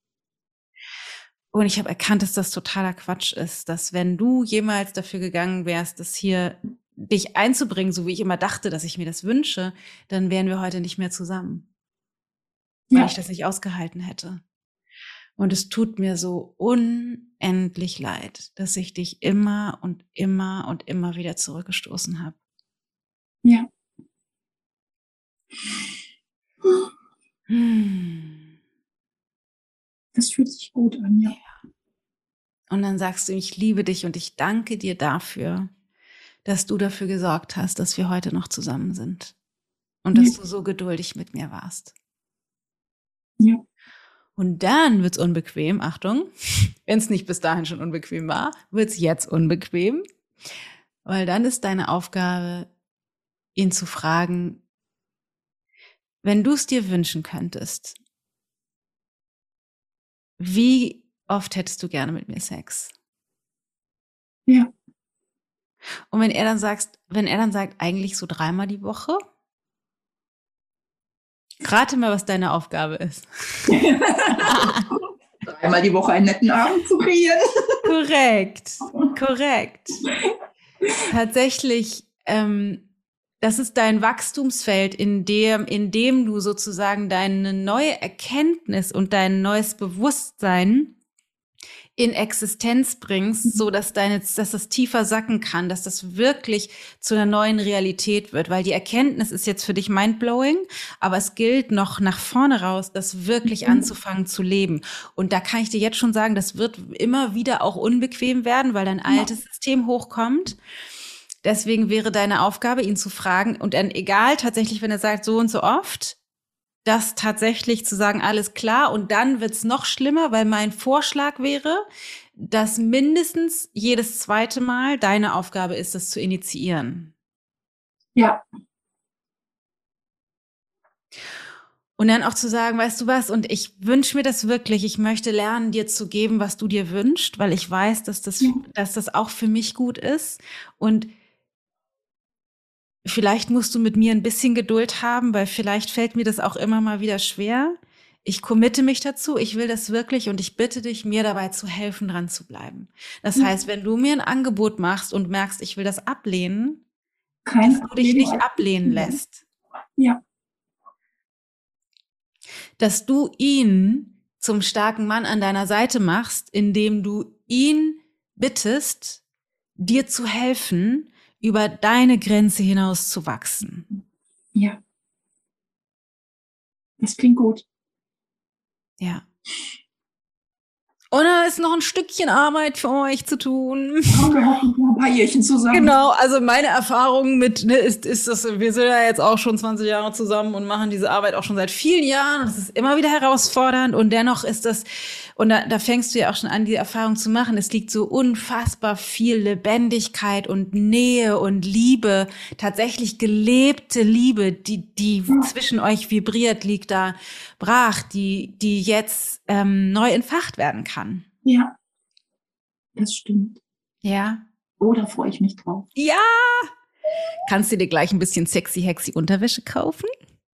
Und ich habe erkannt, dass das totaler Quatsch ist, dass wenn du jemals dafür gegangen wärst, das hier dich einzubringen, so wie ich immer dachte, dass ich mir das wünsche, dann wären wir heute nicht mehr zusammen, weil Ja. ich das nicht ausgehalten hätte. Und es tut mir so unendlich leid, dass ich dich immer und immer und immer wieder zurückgestoßen habe. Ja. Hm. Das fühlt sich gut an, ja. Und dann sagst du, ich liebe dich und ich danke dir dafür, dass du dafür gesorgt hast, dass wir heute noch zusammen sind. Und dass Ja. du so geduldig mit mir warst. Ja. Und dann wird's unbequem, Achtung, wenn es nicht bis dahin schon unbequem war, wird's jetzt unbequem, weil dann ist deine Aufgabe, ihn zu fragen, wenn du es dir wünschen könntest, wie oft hättest du gerne mit mir Sex? Ja. Und wenn er dann sagt, wenn er dann sagt, eigentlich so dreimal die Woche, rate mal, was deine Aufgabe ist. Dreimal die Woche einen netten Abend zu kreieren. Korrekt, korrekt. Tatsächlich, ähm, das ist dein Wachstumsfeld, in dem, in dem du sozusagen deine neue Erkenntnis und dein neues Bewusstsein in Existenz bringst, so dass deine, dass das tiefer sacken kann, dass das wirklich zu einer neuen Realität wird, weil die Erkenntnis ist jetzt für dich mindblowing, aber es gilt noch nach vorne raus, das wirklich mhm. anzufangen zu leben. Und da kann ich dir jetzt schon sagen, das wird immer wieder auch unbequem werden, weil dein altes ja. System hochkommt. Deswegen wäre deine Aufgabe, ihn zu fragen und dann egal, tatsächlich, wenn er sagt, so und so oft, das tatsächlich zu sagen, alles klar, und dann wird's noch schlimmer, weil mein Vorschlag wäre, dass mindestens jedes zweite Mal deine Aufgabe ist, das zu initiieren. Ja. Und dann auch zu sagen, weißt du was, und ich wünsche mir das wirklich, ich möchte lernen, dir zu geben, was du dir wünschst, weil ich weiß, dass das, ja. dass das auch für mich gut ist. Und vielleicht musst du mit mir ein bisschen Geduld haben, weil vielleicht fällt mir das auch immer mal wieder schwer. Ich committe mich dazu, ich will das wirklich und ich bitte dich, mir dabei zu helfen, dran zu bleiben. Das ja. heißt, wenn du mir ein Angebot machst und merkst, ich will das ablehnen, Kein dass du dich nicht ablehnen lässt. Ja. Dass du ihn zum starken Mann an deiner Seite machst, indem du ihn bittest, dir zu helfen, über deine Grenze hinaus zu wachsen. Ja. Das klingt gut. Ja. Und da ist noch ein Stückchen Arbeit für euch zu tun. Ja, wir hoffen noch ein paar Jährchen zusammen. Genau, also meine Erfahrung mit, ne, ist, ist das, wir sind ja jetzt auch schon zwanzig Jahre zusammen und machen diese Arbeit auch schon seit vielen Jahren. Das ist immer wieder herausfordernd und dennoch ist das, und da, da fängst du ja auch schon an, die Erfahrung zu machen. Es liegt so unfassbar viel Lebendigkeit und Nähe und Liebe, tatsächlich gelebte Liebe, die, die ja. zwischen euch vibriert, liegt da brach, die, die jetzt ähm, neu entfacht werden kann. Ja, das stimmt. Ja. Oh, da freue ich mich drauf. Ja! Kannst du dir gleich ein bisschen sexy, hexy Unterwäsche kaufen?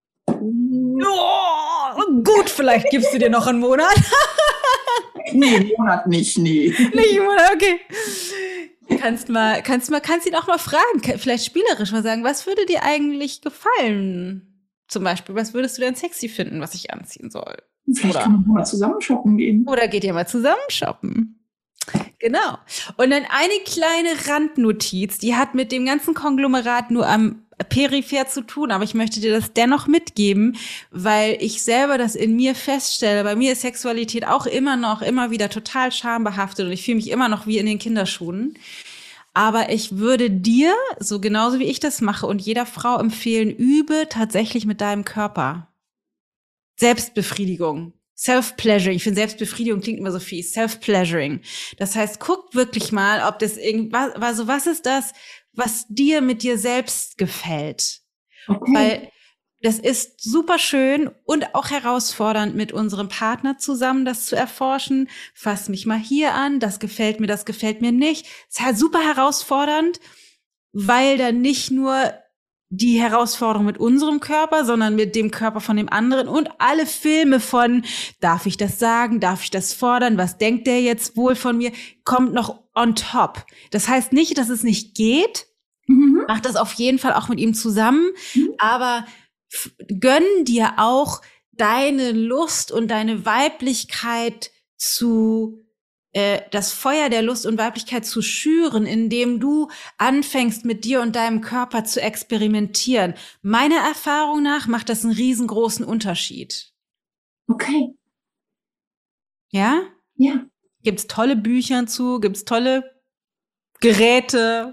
Oh, gut, vielleicht gibst du dir noch einen Monat. Nee, einen Monat nicht, nee. Nicht einen Monat, okay. Kannst mal, kannst mal, kannst ihn auch mal fragen, vielleicht spielerisch mal sagen, was würde dir eigentlich gefallen? Zum Beispiel, was würdest du denn sexy finden, was ich anziehen soll? Vielleicht oder, kann man mal zusammen shoppen gehen. Oder geht ihr mal zusammen shoppen? Genau. Und dann eine kleine Randnotiz, die hat mit dem ganzen Konglomerat nur am peripher zu tun, aber ich möchte dir das dennoch mitgeben, weil ich selber das in mir feststelle. Bei mir ist Sexualität auch immer noch, immer wieder total schambehaftet und ich fühle mich immer noch wie in den Kinderschuhen. Aber ich würde dir, so genauso wie ich das mache und jeder Frau empfehlen, übe tatsächlich mit deinem Körper. Selbstbefriedigung. Self-Pleasuring. Ich finde, Selbstbefriedigung klingt immer so fies. Self-Pleasuring. Das heißt, guck wirklich mal, ob das irgendwas, also was ist das, was dir mit dir selbst gefällt? Okay. Weil das ist super schön und auch herausfordernd, mit unserem Partner zusammen das zu erforschen. Fass mich mal hier an, das gefällt mir, das gefällt mir nicht. Es ist halt super herausfordernd, weil da nicht nur die Herausforderung mit unserem Körper, sondern mit dem Körper von dem anderen und alle Filme von, darf ich das sagen, darf ich das fordern, was denkt der jetzt wohl von mir, kommt noch on top. Das heißt nicht, dass es nicht geht, mhm. mach das auf jeden Fall auch mit ihm zusammen, mhm. aber gönn dir auch deine Lust und deine Weiblichkeit zu äh, das Feuer der Lust und Weiblichkeit zu schüren, indem du anfängst, mit dir und deinem Körper zu experimentieren. Meiner Erfahrung nach macht das einen riesengroßen Unterschied. Okay. Ja? Ja. Gibt's tolle Bücher zu, gibt's tolle Geräte.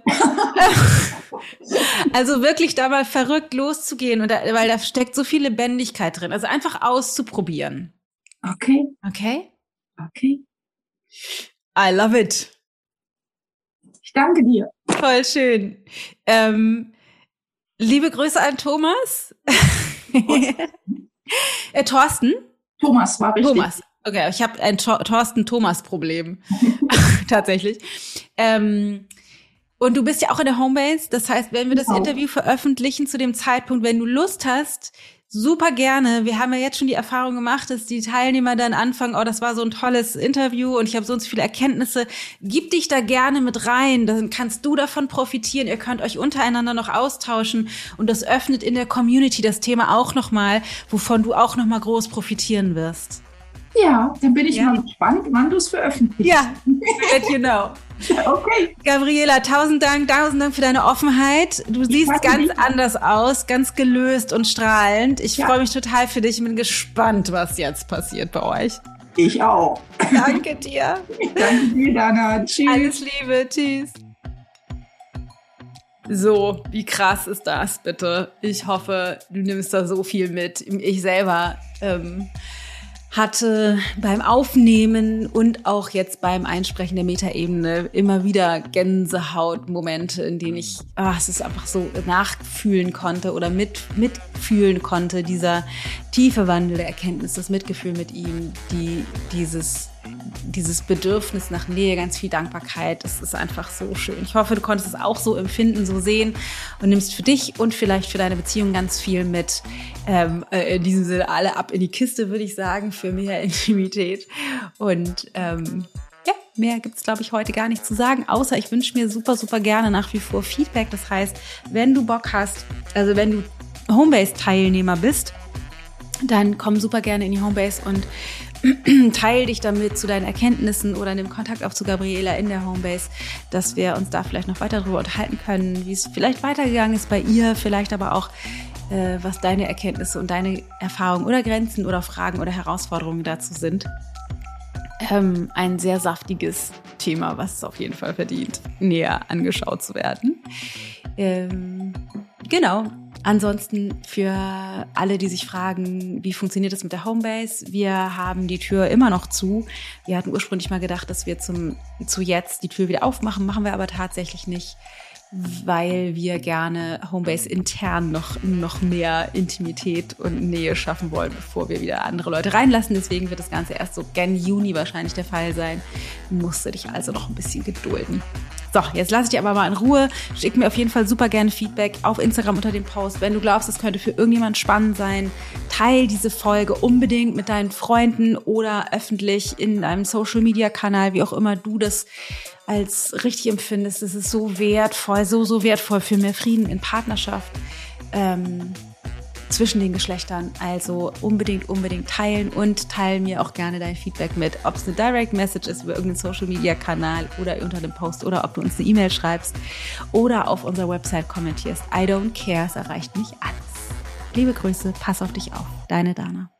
Also wirklich da mal verrückt loszugehen, und da, weil da steckt so viel Lebendigkeit drin. Also einfach auszuprobieren. Okay. Okay? Okay. I love it. Ich danke dir. Voll schön. Ähm, liebe Grüße an Thomas. äh, Thorsten? Thomas war richtig. Thomas. Okay, ich habe ein Tor- Thorsten-Thomas-Problem. Tatsächlich. Ähm, und du bist ja auch in der Homebase. Das heißt, wenn wir das Genau. Interview veröffentlichen zu dem Zeitpunkt, wenn du Lust hast, super gerne. Wir haben ja jetzt schon die Erfahrung gemacht, dass die Teilnehmer dann anfangen, oh, das war so ein tolles Interview und ich habe so und so viele Erkenntnisse. Gib dich da gerne mit rein, dann kannst du davon profitieren. Ihr könnt euch untereinander noch austauschen und das öffnet in der Community das Thema auch nochmal, wovon du auch nochmal groß profitieren wirst. Ja, dann bin ich Ja. mal gespannt, wann du es veröffentlichst. Ja, let you know. Okay. Gabriela, tausend Dank, tausend Dank für deine Offenheit. Du siehst danke ganz dir. anders aus, ganz gelöst und strahlend. Ich Ja. freue mich total für dich und bin gespannt, was jetzt passiert bei euch. Ich auch. Danke dir. Danke dir, Dana. Tschüss. Alles Liebe, tschüss. So, wie krass ist das bitte? Ich hoffe, du nimmst da so viel mit. Ich selber ähm, hatte beim Aufnehmen und auch jetzt beim Einsprechen der Metaebene immer wieder Gänsehautmomente, in denen ich, ah, es ist einfach so nachfühlen konnte oder mit, mitfühlen konnte, dieser tiefe Wandel der Erkenntnis, das Mitgefühl mit ihm, die, dieses, dieses Bedürfnis nach Nähe, ganz viel Dankbarkeit, das ist einfach so schön. Ich hoffe, du konntest es auch so empfinden, so sehen und nimmst für dich und vielleicht für deine Beziehung ganz viel mit. Ähm, in diesem Sinne alle ab in die Kiste, würde ich sagen, für mehr Intimität. Und ähm, ja, mehr gibt's, glaube ich, heute gar nicht zu sagen, außer ich wünsche mir super, super gerne nach wie vor Feedback. Das heißt, wenn du Bock hast, also wenn du Homebase-Teilnehmer bist, dann komm super gerne in die Homebase und teil dich damit zu deinen Erkenntnissen oder nimm Kontakt auf zu Gabriela in der Homebase, dass wir uns da vielleicht noch weiter darüber unterhalten können, wie es vielleicht weitergegangen ist bei ihr, vielleicht aber auch, äh, was deine Erkenntnisse und deine Erfahrungen oder Grenzen oder Fragen oder Herausforderungen dazu sind. Ähm, ein sehr saftiges Thema, was es auf jeden Fall verdient, näher angeschaut zu werden. Ähm, genau. Ansonsten für alle, die sich fragen, wie funktioniert das mit der Homebase? Wir haben die Tür immer noch zu. Wir hatten ursprünglich mal gedacht, dass wir zum, zu jetzt die Tür wieder aufmachen, machen wir aber tatsächlich nicht, weil wir gerne Homebase intern noch, noch mehr Intimität und Nähe schaffen wollen, bevor wir wieder andere Leute reinlassen. Deswegen wird das Ganze erst so gen Juni wahrscheinlich der Fall sein. Musst du dich also noch ein bisschen gedulden. So, jetzt lasse ich dich aber mal in Ruhe. Schick mir auf jeden Fall super gerne Feedback auf Instagram unter dem Post. Wenn du glaubst, es könnte für irgendjemand spannend sein, teil diese Folge unbedingt mit deinen Freunden oder öffentlich in deinem Social-Media-Kanal, wie auch immer du das als richtig empfindest. Das ist so wertvoll, so, so wertvoll für mehr Frieden in Partnerschaft ähm, zwischen den Geschlechtern. Also unbedingt, unbedingt teilen und teil mir auch gerne dein Feedback mit. Ob es eine Direct Message ist über irgendeinen Social-Media-Kanal oder unter dem Post oder ob du uns eine E-Mail schreibst oder auf unserer Website kommentierst. I don't care, es erreicht mich alles. Liebe Grüße, pass auf dich auf. Deine Dana.